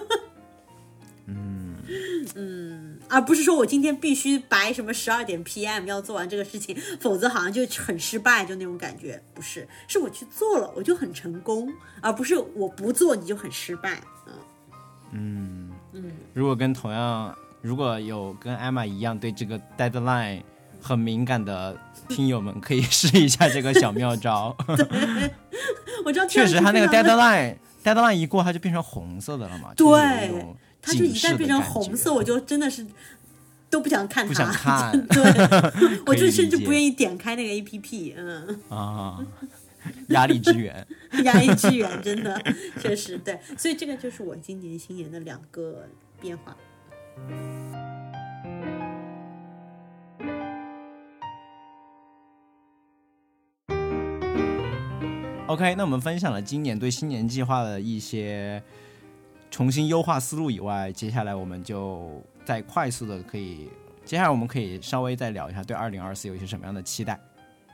嗯嗯，而不是说我今天必须白什么十二点 P M 要做完这个事情，否则好像就很失败，就那种感觉。不是，是我去做了，我就很成功，而不是我不做你就很失败。 嗯嗯，如果跟同样如果有跟艾玛一样对这个 deadline 很敏感的听友们，可以试一下这个小妙招。 对，我知道， 确实，他那个 deadline deadline 一过，它就变成红色的了嘛。 对。 就是它就一旦变成红色，我就真的是都不想看它， 不想看。 对，我就甚至不愿意点开那个 A P P。嗯啊，压力之源， 压力之源，真的确实对。所以这个就是我今年新年的两个变化。 OK， 那我们分享了今年对新年计划的一些重新优化思路以外，接下来我们就再快速的可以，接下来我们可以稍微再聊一下对二零二四有一些什么样的期待。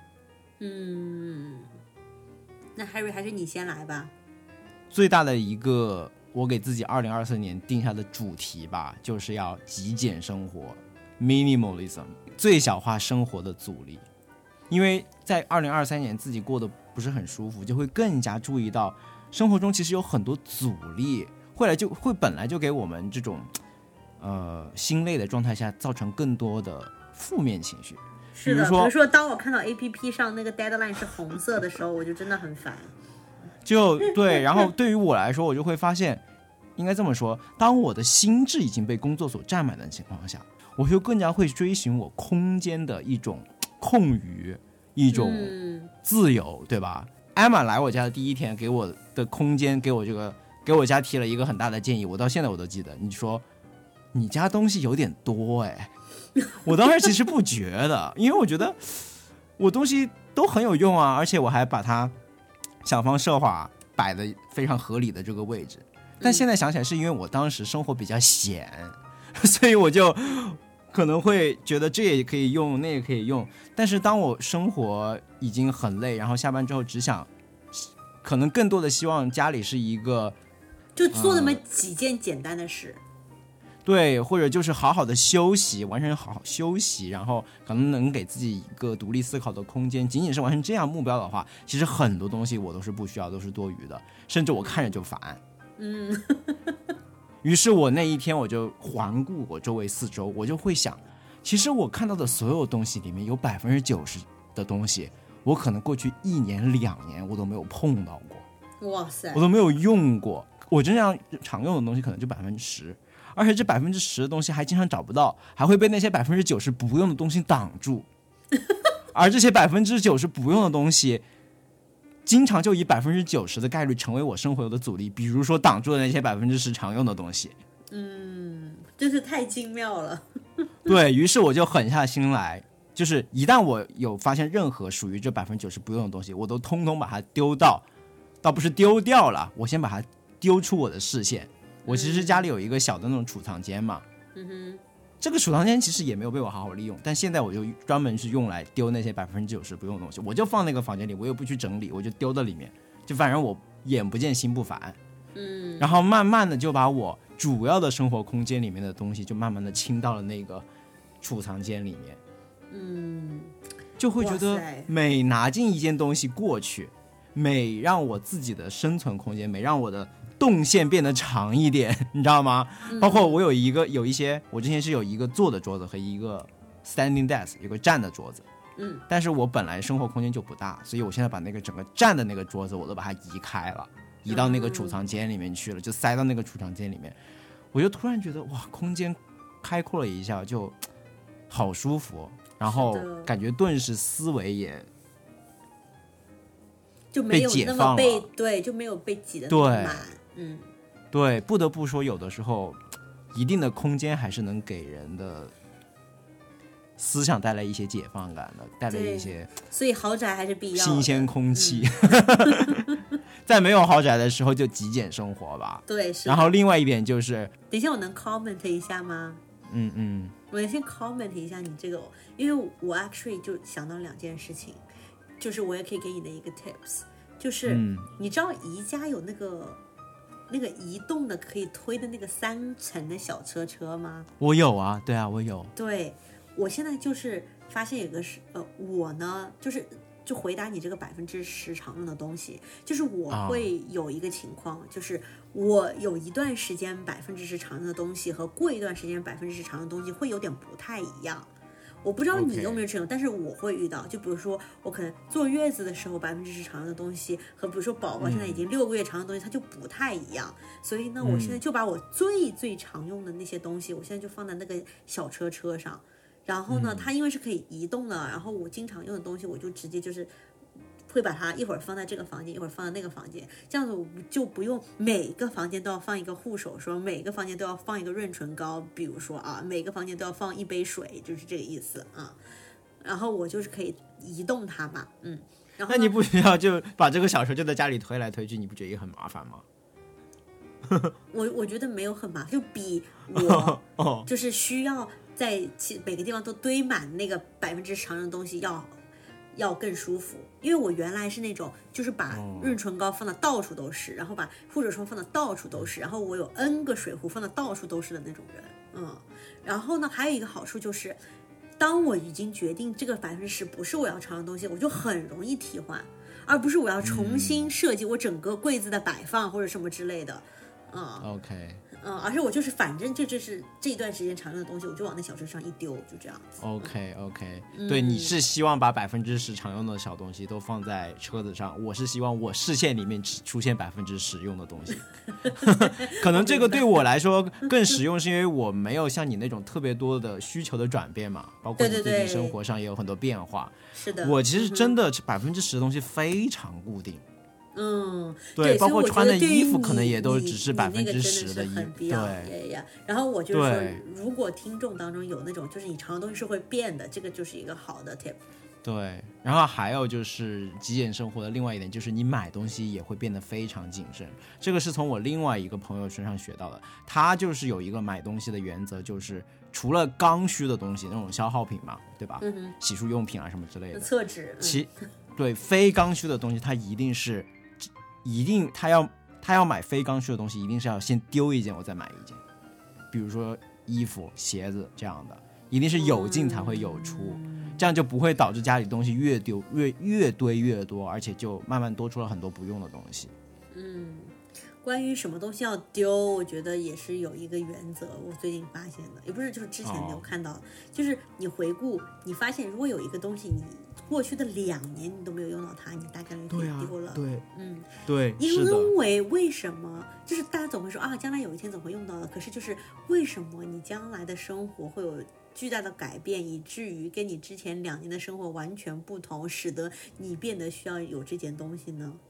嗯，那 Harry 还是你先来吧。 最大的一个我给自己二零二四年定下的主题吧，就是要极简生活 minimalism， 最小化生活的阻力。因为在二零二三年自己过得不是很舒服，就会更加注意到生活中其实有很多阻力，会来就会本来就给我们这种呃心累的状态下造成更多的负面情绪。 是的，比如说，比如说当我看到 A P P 上那个 deadline 是红色的时候，我就真的很烦。 就对，然后对于我来说，我就会发现，应该这么说，当我的心智已经被工作所占满的情况下，我就更加会追寻我空间的一种空余，一种自由，嗯、对吧？艾玛来我家的第一天，给我的空间，给我这个，给我家提了一个很大的建议，我到现在我都记得。你说，你家东西有点多哎，我当时其实不觉得，因为我觉得我东西都很有用啊，而且我还把它想方设法摆的非常合理的这个位置。但现在想起来，是因为我当时生活比较闲，所以我就可能会觉得这也可以用，那也可以用。但是当我生活已经很累，然后下班之后只想，可能更多的希望家里是一个， 就做那么几件简单的事。呃对，或者就是好好的休息，完成好好休息，然后可能能给自己一个独立思考的空间。仅仅是完成这样目标的话，其实很多东西我都是不需要，都是多余的，甚至我看着就烦。 嗯， 于是我那一天我就环顾我周围四周，我就会想，其实我看到的所有东西里面有百分之九十的东西，我可能过去一年两年我都没有碰到过。 哇塞， 我都没有用过。我真正常用的东西可能就百分之十。而且这百分之十的东西还经常找不到，还会被那些百分之九十不用的东西挡住，而这些百分之九十不用的东西，经常就以百分之九十的概率成为我生活的阻力。比如说挡住了那些百分之十常用的东西， 嗯，真是太精妙了。 对，于是我就狠下心来，就是一旦我有发现任何属于这百分之九十不用的东西，我都通通把它丢到，倒不是丢掉了，我先把它丢出我的视线。我其实家里有一个小的那种储藏间嘛， 嗯哼， 这个储藏间其实也没有被我好好利用，但现在我就专门是用来丢那些百分之九十不用的东西，我就放那个房间里，我又不去整理，我就丢到里面，就反正我眼不见心不烦， 嗯， 然后慢慢的就把我主要的生活空间里面的东西就慢慢的清到了那个储藏间里面， 嗯， 就会觉得每拿进一件东西过去，每让我自己的生存空间，每让我的动线变得长一点，你知道吗？包括我有一个有一些，我之前是有一个坐的桌子和一个 standing desk， 有个站的桌子。 嗯， 但是我本来生活空间就不大，所以我现在把那个整个站的那个桌子我都把它移开了，移到那个储藏间里面去了，就塞到那个储藏间里面。我就突然觉得哇，空间开阔了一下，就好舒服，然后感觉顿时思维也就没有那么被对，就没有被挤得那么满。嗯， 对，不得不说，有的时候一定的空间还是能给人的思想带来一些解放感的，带来一些， 所以豪宅还是必要的， 新鲜空气。嗯、在没有豪宅的时候就极简生活吧。 对，是。 然后另外一点就是， 等一下我能 comment 一下吗？ 嗯嗯， 我先 comment 一下你这个，因为我 actually 就想到两件事情，就是我也可以给你的一个 tips， 就是、嗯、你知道宜家有那个那个移动的可以推的那个三层的小车车吗？ 我有啊，对啊，我有。 对。我现在就是发现有个是呃，我呢就是就回答你这个百分之十常用的东西，就是我会有一个情况， oh. 就是我有一段时间百分之十常用的东西和过一段时间百分之十常用的东西会有点不太一样。我不知道你有没有这种， okay. 但是我会遇到，就比如说我可能坐月子的时候百分之十常用的东西和比如说宝宝现在已经六个月常用的东西、嗯、它就不太一样，所以呢我现在就把我最最常用的那些东西、嗯、我现在就放在那个小车车上。然后呢，它因为是可以移动的，然后我经常用的东西，我就直接就是会把它一会儿放在这个房间，一会儿放在那个房间，这样子我就不用每个房间都要放一个护手霜，每个房间都要放一个润唇膏，比如说啊，每个房间都要放一杯水，就是这个意思啊。然后我就是可以移动它嘛，嗯。然后那你不需要就把这个小车就在家里推来推去，你不觉得也很麻烦吗？ 我我觉得没有很麻烦，就比我就是需要在每个地方都堆满那个百分之十常用的东西要要更舒服。因为我原来是那种就是把润唇膏放到到处都是，然后把护手霜放到到处都是，然后我有 N 个水壶放到到处都是的那种人。嗯，然后呢还有一个好处就是，当我已经决定这个百分之十不是我要常用的东西，我就很容易替换，而不是我要重新设计我整个柜子的摆放或者什么之类的。嗯 ，OK， 嗯，而且我就是反正这就是这一段时间常用的东西，我就往那小车上一丢，就这样子。 OK OK，嗯、对，你是希望把百分之十常用的小东西都放在车子上，我是希望我视线里面只出现百分之十用的东西。可能这个对我来说更实用，是因为我没有像你那种特别多的需求的转变嘛，包括你最近生活上也有很多变化。 是的， 我其实真的百分之十的东西非常固定。 嗯， 对，包括穿的衣服可能也都只是百分之十的衣服， 对呀。然后我就是说，如果听众当中有那种就是你常用东西是会变的，这个就是一个好的 tip。 对，然后还有就是极简生活的另外一点就是你买东西也会变得非常谨慎，这个是从我另外一个朋友身上学到的。他就是有一个买东西的原则，就是除了刚需的东西那种消耗品嘛，对吧？ 嗯、 洗漱用品啊什么之类的， 厕纸。 嗯、其对非刚需的东西，它一定是。一定他要他要买非刚需的东西，一定是要先丢一件我再买一件，比如说衣服鞋子这样的，一定是有进才会有出、嗯、这样就不会导致家里东西越丢越越堆越多，而且就慢慢多出了很多不用的东西。 嗯，关于什么东西要丢，我觉得也是有一个原则，我最近发现的，也不是就是之前没有看到、哦、就是你回顾你发现如果有一个东西你过去的两年你都没有用到它，你大概率可以丢了。 对、啊、对， 嗯， 对， 因为为什么就是大家总会说啊，将来有一天总会用到的，可是就是为什么你将来的生活会有巨大的改变，以至于跟你之前两年的生活完全不同，使得你变得需要有这件东西呢？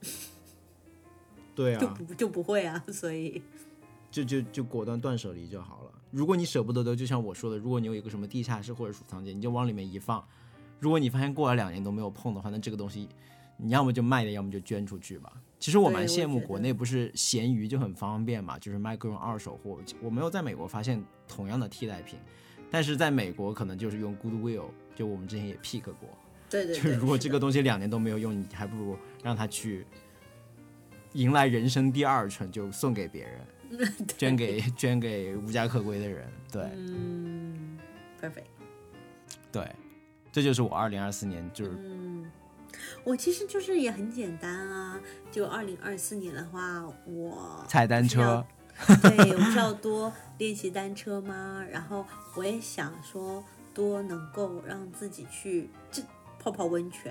对啊， 就不就不会啊，所以就就就果断断舍离就好了。如果你舍不得丢，就像我说的，如果你有一个什么地下室或者储藏间，你就往里面一放。如果你发现过了两年都没有碰的话，那这个东西你要么就卖掉，要么就捐出去吧。其实我蛮羡慕国内不是闲鱼就很方便嘛，就是卖各种二手货。我没有在美国发现同样的替代品，但是在美国可能就是用 Goodwill， 就我们之前也 pick 过。 对对对， 就是如果这个东西两年都没有用，你还不如让它去迎来人生第二春，就送给别人，捐给捐给无家可归的人。对， 嗯 ，perfect。 对。这就是我二零二四年就是我其实就是也很简单啊，就二零二四年的话，我踩单车。 对，我不是要多练习单车吗？然后我也想说多能够让自己去这泡泡温泉。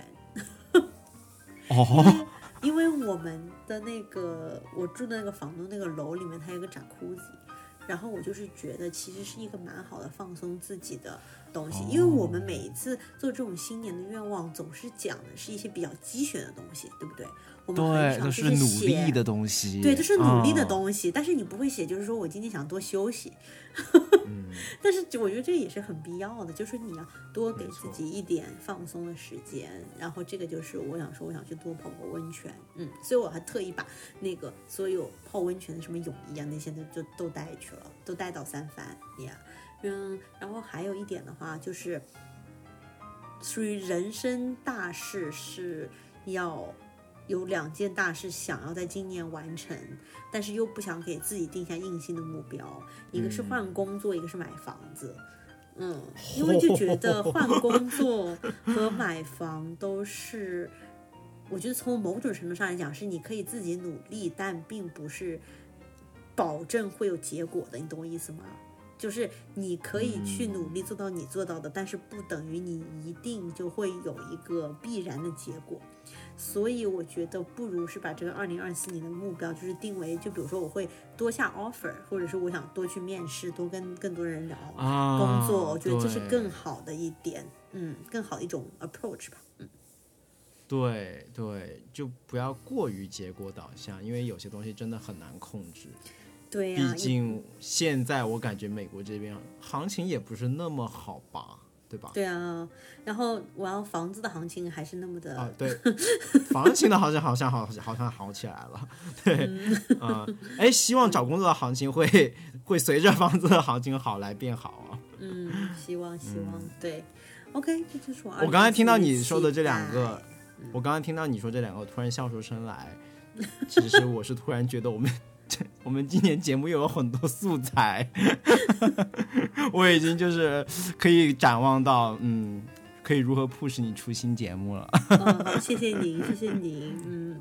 哦， 因为我们的那个我住的那个房东那个楼里面，它有个展库子，然后我就是觉得其实是一个蛮好的放松自己的东西，因为我们每一次做这种新年的愿望，总是讲的是一些比较鸡血的东西，对不对？我们很对， 少都是努力的东西， 对，都是努力的东西，哦、但是你不会写，就是说我今天想多休息。嗯、但是我觉得这也是很必要的，就是你要多给自己一点放松的时间，然后这个就是我想说，我想去多泡个温泉，嗯，所以我还特意把那个所有泡温泉的什么泳衣啊那些的就都带去了，都带到三藩呀。嗯，然后还有一点的话，就是属于人生大事是要。有两件大事想要在今年完成，但是又不想给自己定下硬性的目标，一个是换工作，一个是买房子。嗯，因为就觉得换工作和买房都是，我觉得从某种程度上来讲是你可以自己努力，但并不是保证会有结果的，你懂我意思吗？就是你可以去努力做到你做到的，但是不等于你一定就会有一个必然的结果。所以我觉得不如是把这个二零二四年的目标就是定为，就比如说我会多下 offer， 或者是我想多去面试，多跟更多人聊工作、啊、我觉得这是更好的一点，嗯，更好的一种 approach 吧。嗯， 对对，就不要过于结果导向，因为有些东西真的很难控制。 对呀、啊， 毕竟现在我感觉美国这边行情也不是那么好吧，对吧？ 对啊，然后我要房子的行情还是那么的， 啊，对，房情的好像好像好好像好起来了，对，嗯，哎、呃，希望找工作的行情会会随着房子的行情好来变好啊。 嗯，希望希望、嗯、对 ，OK， 这就是我。 我刚才听到你说的这两个，嗯、我刚才听到你说这两个，我突然笑出声来。其实我是突然觉得我们。我们今年节目又有很多素材我已经就是可以展望到嗯，可以如何 push 你出新节目了哦，好，谢谢您谢谢您。嗯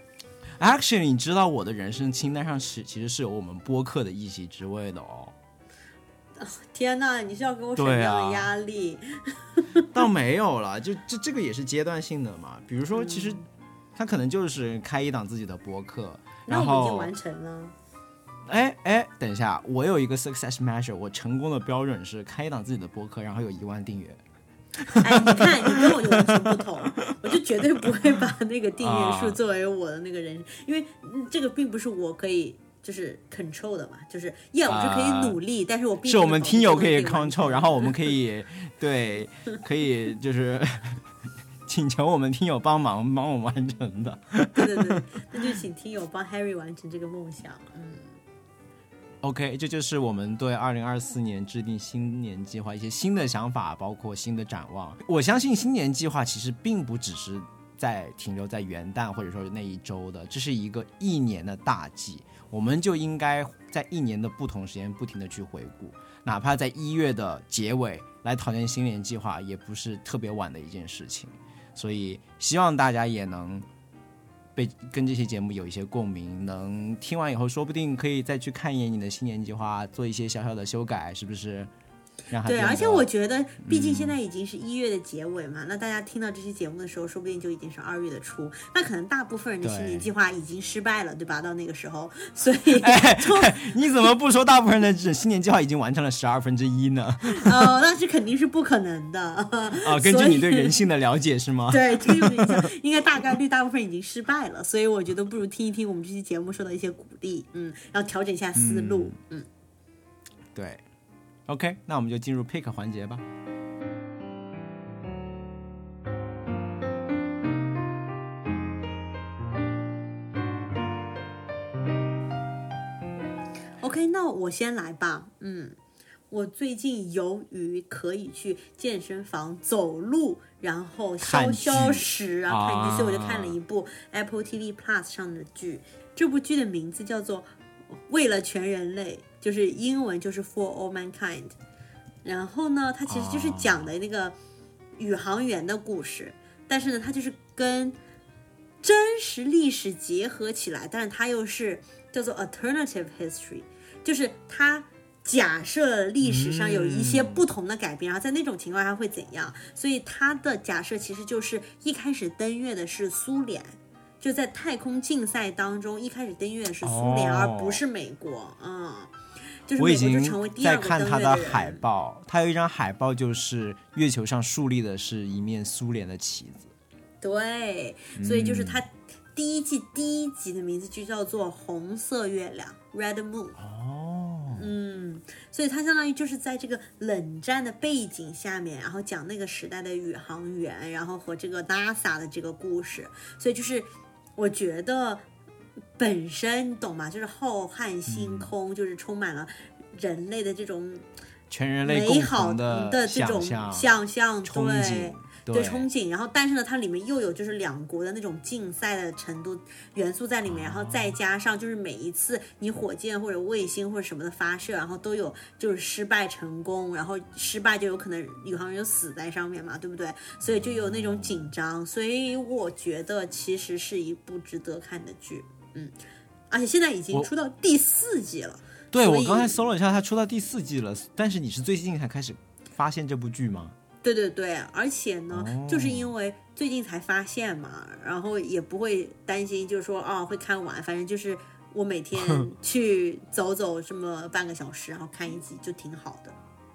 Actually 你知道我的人生清单上是其实是有我们播客的一席之位的哦。 天哪，你是要给我什么样的压力？ 倒没有了，就这这个也是阶段性的嘛，比如说其实他可能就是开一档自己的播客，然后那我们已经完成了。 哎哎，等一下，我有一个 success measure， 我成功的标准是开一档自己的播客，然后有一万订阅。 哎，你看，你跟我就完全不同，我就绝对不会把那个订阅数作为我的那个人，啊、因为这个并不是我可以就是 control 的嘛，就是耶， yeah, 我是可以努力，啊、但是我并是我们听友可以 control， 然后我们可以对可以就是请求我们听友帮忙帮我完成的。 对对对，那就请听友帮 Harry 完成这个梦想。嗯。 OK， 这就是我们对二零二四年制定新年计划一些新的想法，包括新的展望。我相信新年计划其实并不只是在停留在元旦或者说那一周的，这是一个一年的大计，我们就应该在一年的不同时间不停的去回顾，哪怕在一月的结尾来讨论新年计划也不是特别晚的一件事情。所以希望大家也能被跟这些节目有一些共鸣，能听完以后说不定可以再去看一眼你的新年计划，做一些小小的修改，是不是？让对，而且我觉得毕竟现在已经是一月的结尾嘛、嗯、那大家听到这期节目的时候说不定就已经是二月的初，那可能大部分人的新年计划已经失败了， 对, 对吧？到那个时候，所以、 哎哎、你怎么不说大部分人的新年计划已经完成了十二分之一呢？ 哦，那是肯定是不可能的啊！根据你对人性的了解是吗？ 对，这个应该大概率大部分已经失败了，所以我觉得不如听一听我们这期节目受到一些鼓励，嗯，然后调整一下思路，嗯，嗯对。OK， 那我们就进入 pick 环节吧。 OK， 那我先来吧。嗯，我最近由于可以去健身房走路，然后消消食啊，看剧，所以我就看了一部 Apple T V Plus 上的剧。这部剧的名字叫做《为了全人类》，就是英文就是 For All Mankind。然后呢，它其实就是讲的那个宇航员的故事。 但是呢，它就是跟真实历史结合起来，但是它又是叫做 alternative history， 就是它假设历史上有一些不同的改变，嗯、然后在那种情况下会怎样？所以它的假设其实就是一开始登月的是苏联，就在太空竞赛当中，一开始登月的是苏联，哦、而不是美国。嗯，就是美国就成为第二个登月的人。我已经在看他的海报，他有一张海报，就是月球上树立的是一面苏联的旗子。 对，所以就是他第一季第一集的名字就叫做红色月亮 Red Moon。 哦， 嗯，所以它相当于就是在这个冷战的背景下面，然后讲那个时代的宇航员，然后和这个 NASA 的这个故事。所以就是我觉得本身你懂吗，就是浩瀚星空，嗯、就是充满了人类的这种全人类共同的这种想象，对对憧憬，然后但是呢，它里面又有就是两国的那种竞赛的程度元素在里面，然后再加上就是每一次你火箭或者卫星或者什么的发射，然后都有就是失败成功，然后失败就有可能宇航员就死在上面嘛，对不对？所以就有那种紧张，所以我觉得其实是一部值得看的剧，嗯，而且现在已经出到第四季了。 对，我刚才搜了一下，它出到第四季了，但是你是最近才开始发现这部剧吗？ 对对对，而且呢、哦、就是因为最近才发现嘛，然后也不会担心就是说哦会看完，反正就是我每天去走走这么半个小时然后看一集就挺好的。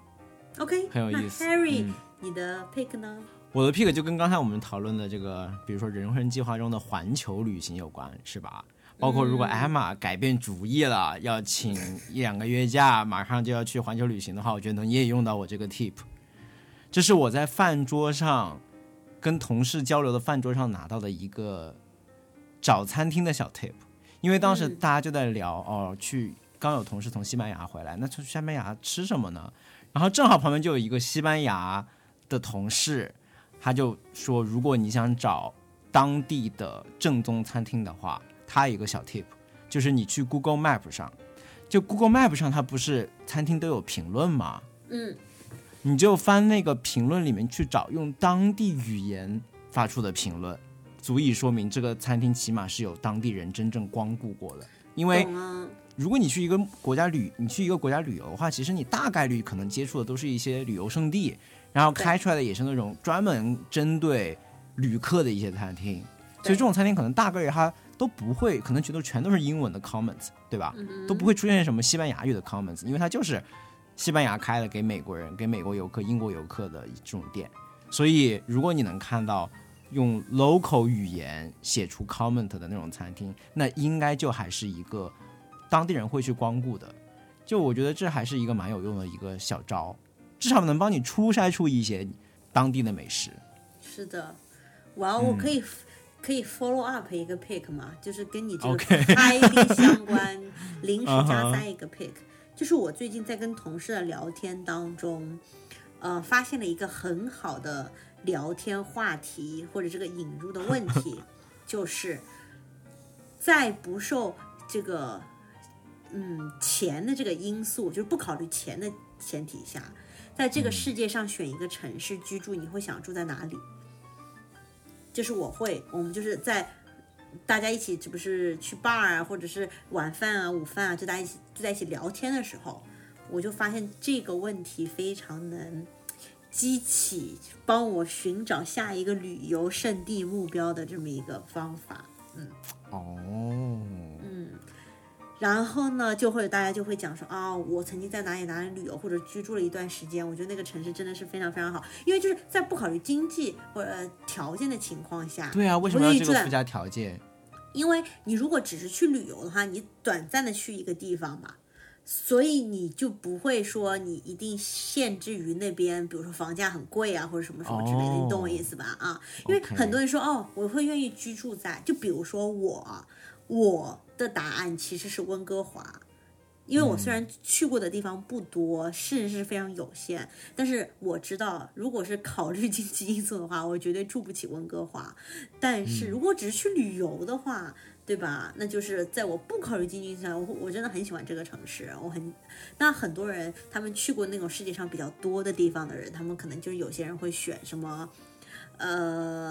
OK， 很有意思。 那 Harry、嗯、你的 pick 呢？ 我的 pick 就跟刚才我们讨论的这个比如说人生计划中的环球旅行有关，是吧？包括如果 Emma 改变主意了、嗯、要请一两个月假马上就要去环球旅行的话，我觉得能也用到我这个 tip。这是我在饭桌上跟同事交流的饭桌上拿到的一个找餐厅的小 tip， 因为当时大家就在聊、嗯、哦，去刚有同事从西班牙回来，那去西班牙吃什么呢？然后正好旁边就有一个西班牙的同事，他就说如果你想找当地的正宗餐厅的话，他有一个小 tip， 就是你去 Google Map 上，就 Google Map 上它不是餐厅都有评论吗？ 嗯， 你就翻那个评论里面去找用当地语言发出的评论，足以说明这个餐厅起码是有当地人真正光顾过的。因为如果你去一个国家旅你去一个国家旅游的话，其实你大概率可能接触的都是一些旅游胜地，然后开出来的也是那种专门针对旅客的一些餐厅，所以这种餐厅可能大概率它都不会，可能觉得全都是英文的 comments， 对吧、嗯、都不会出现什么西班牙语的 comments， 因为它就是西班牙开的给美国人给美国游客英国游客的这种店。所以如果你能看到用 local 语言写出 comment 的那种餐厅，那应该就还是一个当地人会去光顾的。就我觉得这还是一个蛮有用的一个小招，至少能帮你出筛出一些当地的美食。 是的，哇，我可以、嗯、可以 follow up 一个 pick 吗？就是跟你这个 Okay. highly 相关临时加塞一个 pick、uh-huh. 就是我最近在跟同事的聊天当中呃，发现了一个很好的聊天话题或者这个引入的问题就是在不受这个嗯钱的这个因素，就是不考虑钱的前提下，在这个世界上选一个城市居住、嗯、你会想住在哪里？就是我会我们就是在大家一起这不是去 bar 啊或者是晚饭啊午饭啊就大家一起就在一起聊天的时候，我就发现这个问题非常能激起帮我寻找下一个旅游胜地目标的这么一个方法。嗯， 哦， 嗯，然后呢就会大家就会讲说啊、哦，我曾经在哪里哪里旅游或者居住了一段时间，我觉得那个城市真的是非常非常好，因为就是在不考虑经济或者条件的情况下。 对啊，为什么要这个附加条件？ 因为你如果只是去旅游的话，你短暂的去一个地方嘛，所以你就不会说你一定限制于那边，比如说房价很贵啊，或者什么什么之类的， oh, 你懂我意思吧？啊，因为很多人说、okay. 哦，我会愿意居住在，就比如说我，我的答案其实是温哥华，因为我虽然去过的地方不多，甚至是非常有限，但是我知道，如果是考虑经济因素的话，我绝对住不起温哥华。但是如果只是去旅游的话，对吧？那就是在我不考虑经济因素下，我我真的很喜欢这个城市。我很，那很多人他们去过那种世界上比较多的地方的人，他们可能就是有些人会选什么，呃。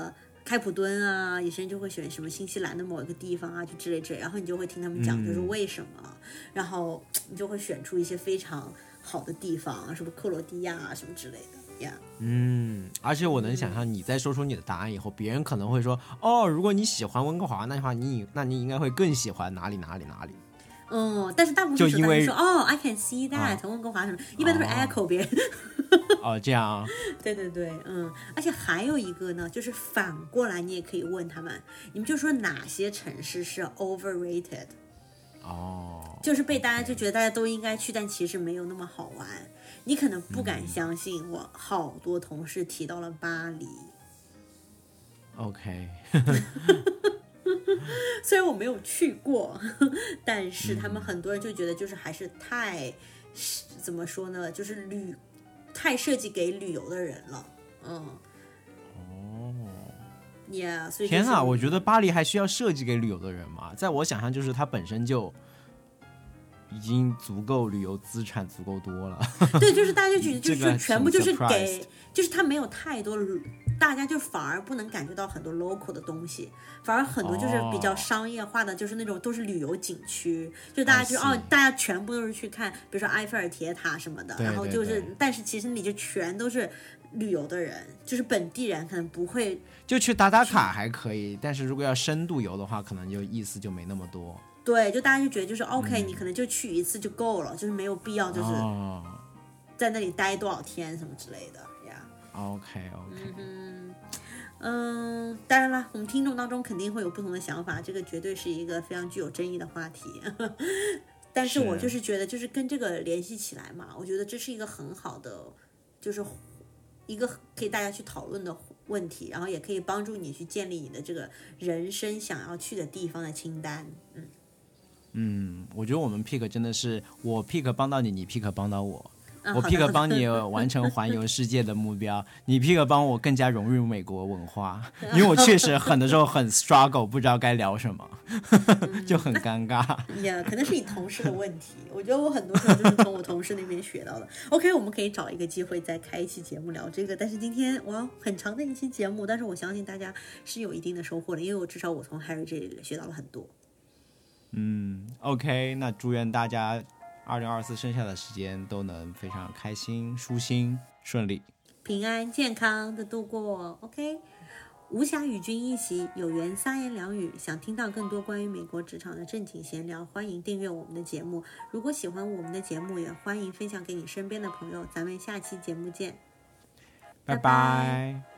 开普敦啊，有些人就会选什么新西兰的某一个地方啊，就之类之类，然后你就会听他们讲就是为什么，嗯、然后你就会选出一些非常好的地方，什么克罗地亚啊什么之类的呀。Yeah. 嗯，而且我能想象你在说出你的答案以后，别人可能会说，哦，如果你喜欢温哥华，那的话你那你应该会更喜欢哪里哪里哪里。 嗯，但是大部分时候大家说哦 I can see that、哦、温哥华什么，一般都是 echo 别人。 哦，这样啊。 对对对，嗯，而且还有一个呢，就是反过来你也可以问他们，你们就说哪些城市是 overrated。 哦， 就是被大家就觉得大家都应该去，但其实没有那么好玩。你可能不敢相信，嗯、我好多同事提到了巴黎。 OK。 虽然我没有去过，但是他们很多人就觉得就是还是太、嗯、怎么说呢，就是旅太设计给旅游的人了。嗯。 哦。 Yeah, 所以、就是、 天哪，我觉得巴黎还需要设计给旅游的人吗？在我想象就是它本身就已经足够旅游资产足够多了。 对，就是大家就觉得就是全部就是给，这个、就是它没有太多，大家就反而不能感觉到很多 local 的东西，反而很多就是比较商业化的，哦、就是那种都是旅游景区，就大家就哦，大家全部都是去看，比如说埃菲尔铁塔什么的， 对对对， 然后就是，但是其实你就全都是旅游的人，就是本地人可能不会， 就去打打卡还可以，但是如果要深度游的话，可能就意思就没那么多。 对，就大家就觉得就是 OK、嗯、你可能就去一次就够了，就是没有必要就是在那里待多少天什么之类的呀。 yeah. OK OK。 嗯嗯，当然了，我们听众当中肯定会有不同的想法，这个绝对是一个非常具有争议的话题。但是我就是觉得，就是跟这个联系起来嘛，我觉得这是一个很好的，就是一个可以大家去讨论的问题，然后也可以帮助你去建立你的这个人生想要去的地方的清单。嗯嗯，我觉得我们 pick 真的是我 pick 帮到你，你 pick 帮到我。我 pick 帮你完成环游世界的目标，你 pick 帮我更加融入美国文化，因为我确实很多时候很 struggle， 不知道该聊什么，就很尴尬。 呀、yeah, 可能是你同事的问题，我觉得我很多时候就是从我同事那边学到的。OK， 我们可以找一个机会再开一期节目聊这个，但是今天哇，很长的一期节目，但是我相信大家是有一定的收获的，因为我至少我从 Harry 这里学到了很多。 嗯 ，OK， 那祝愿大家二零二四剩下的时间都能非常开心、舒心、顺利、 平安、健康的度过。OK， 无暇与君一席，有缘三言两语。想听到更多关于美国职场的正经闲聊，欢迎订阅我们的节目。如果喜欢我们的节目，也欢迎分享给你身边的朋友。咱们下期节目见， 拜拜。拜拜。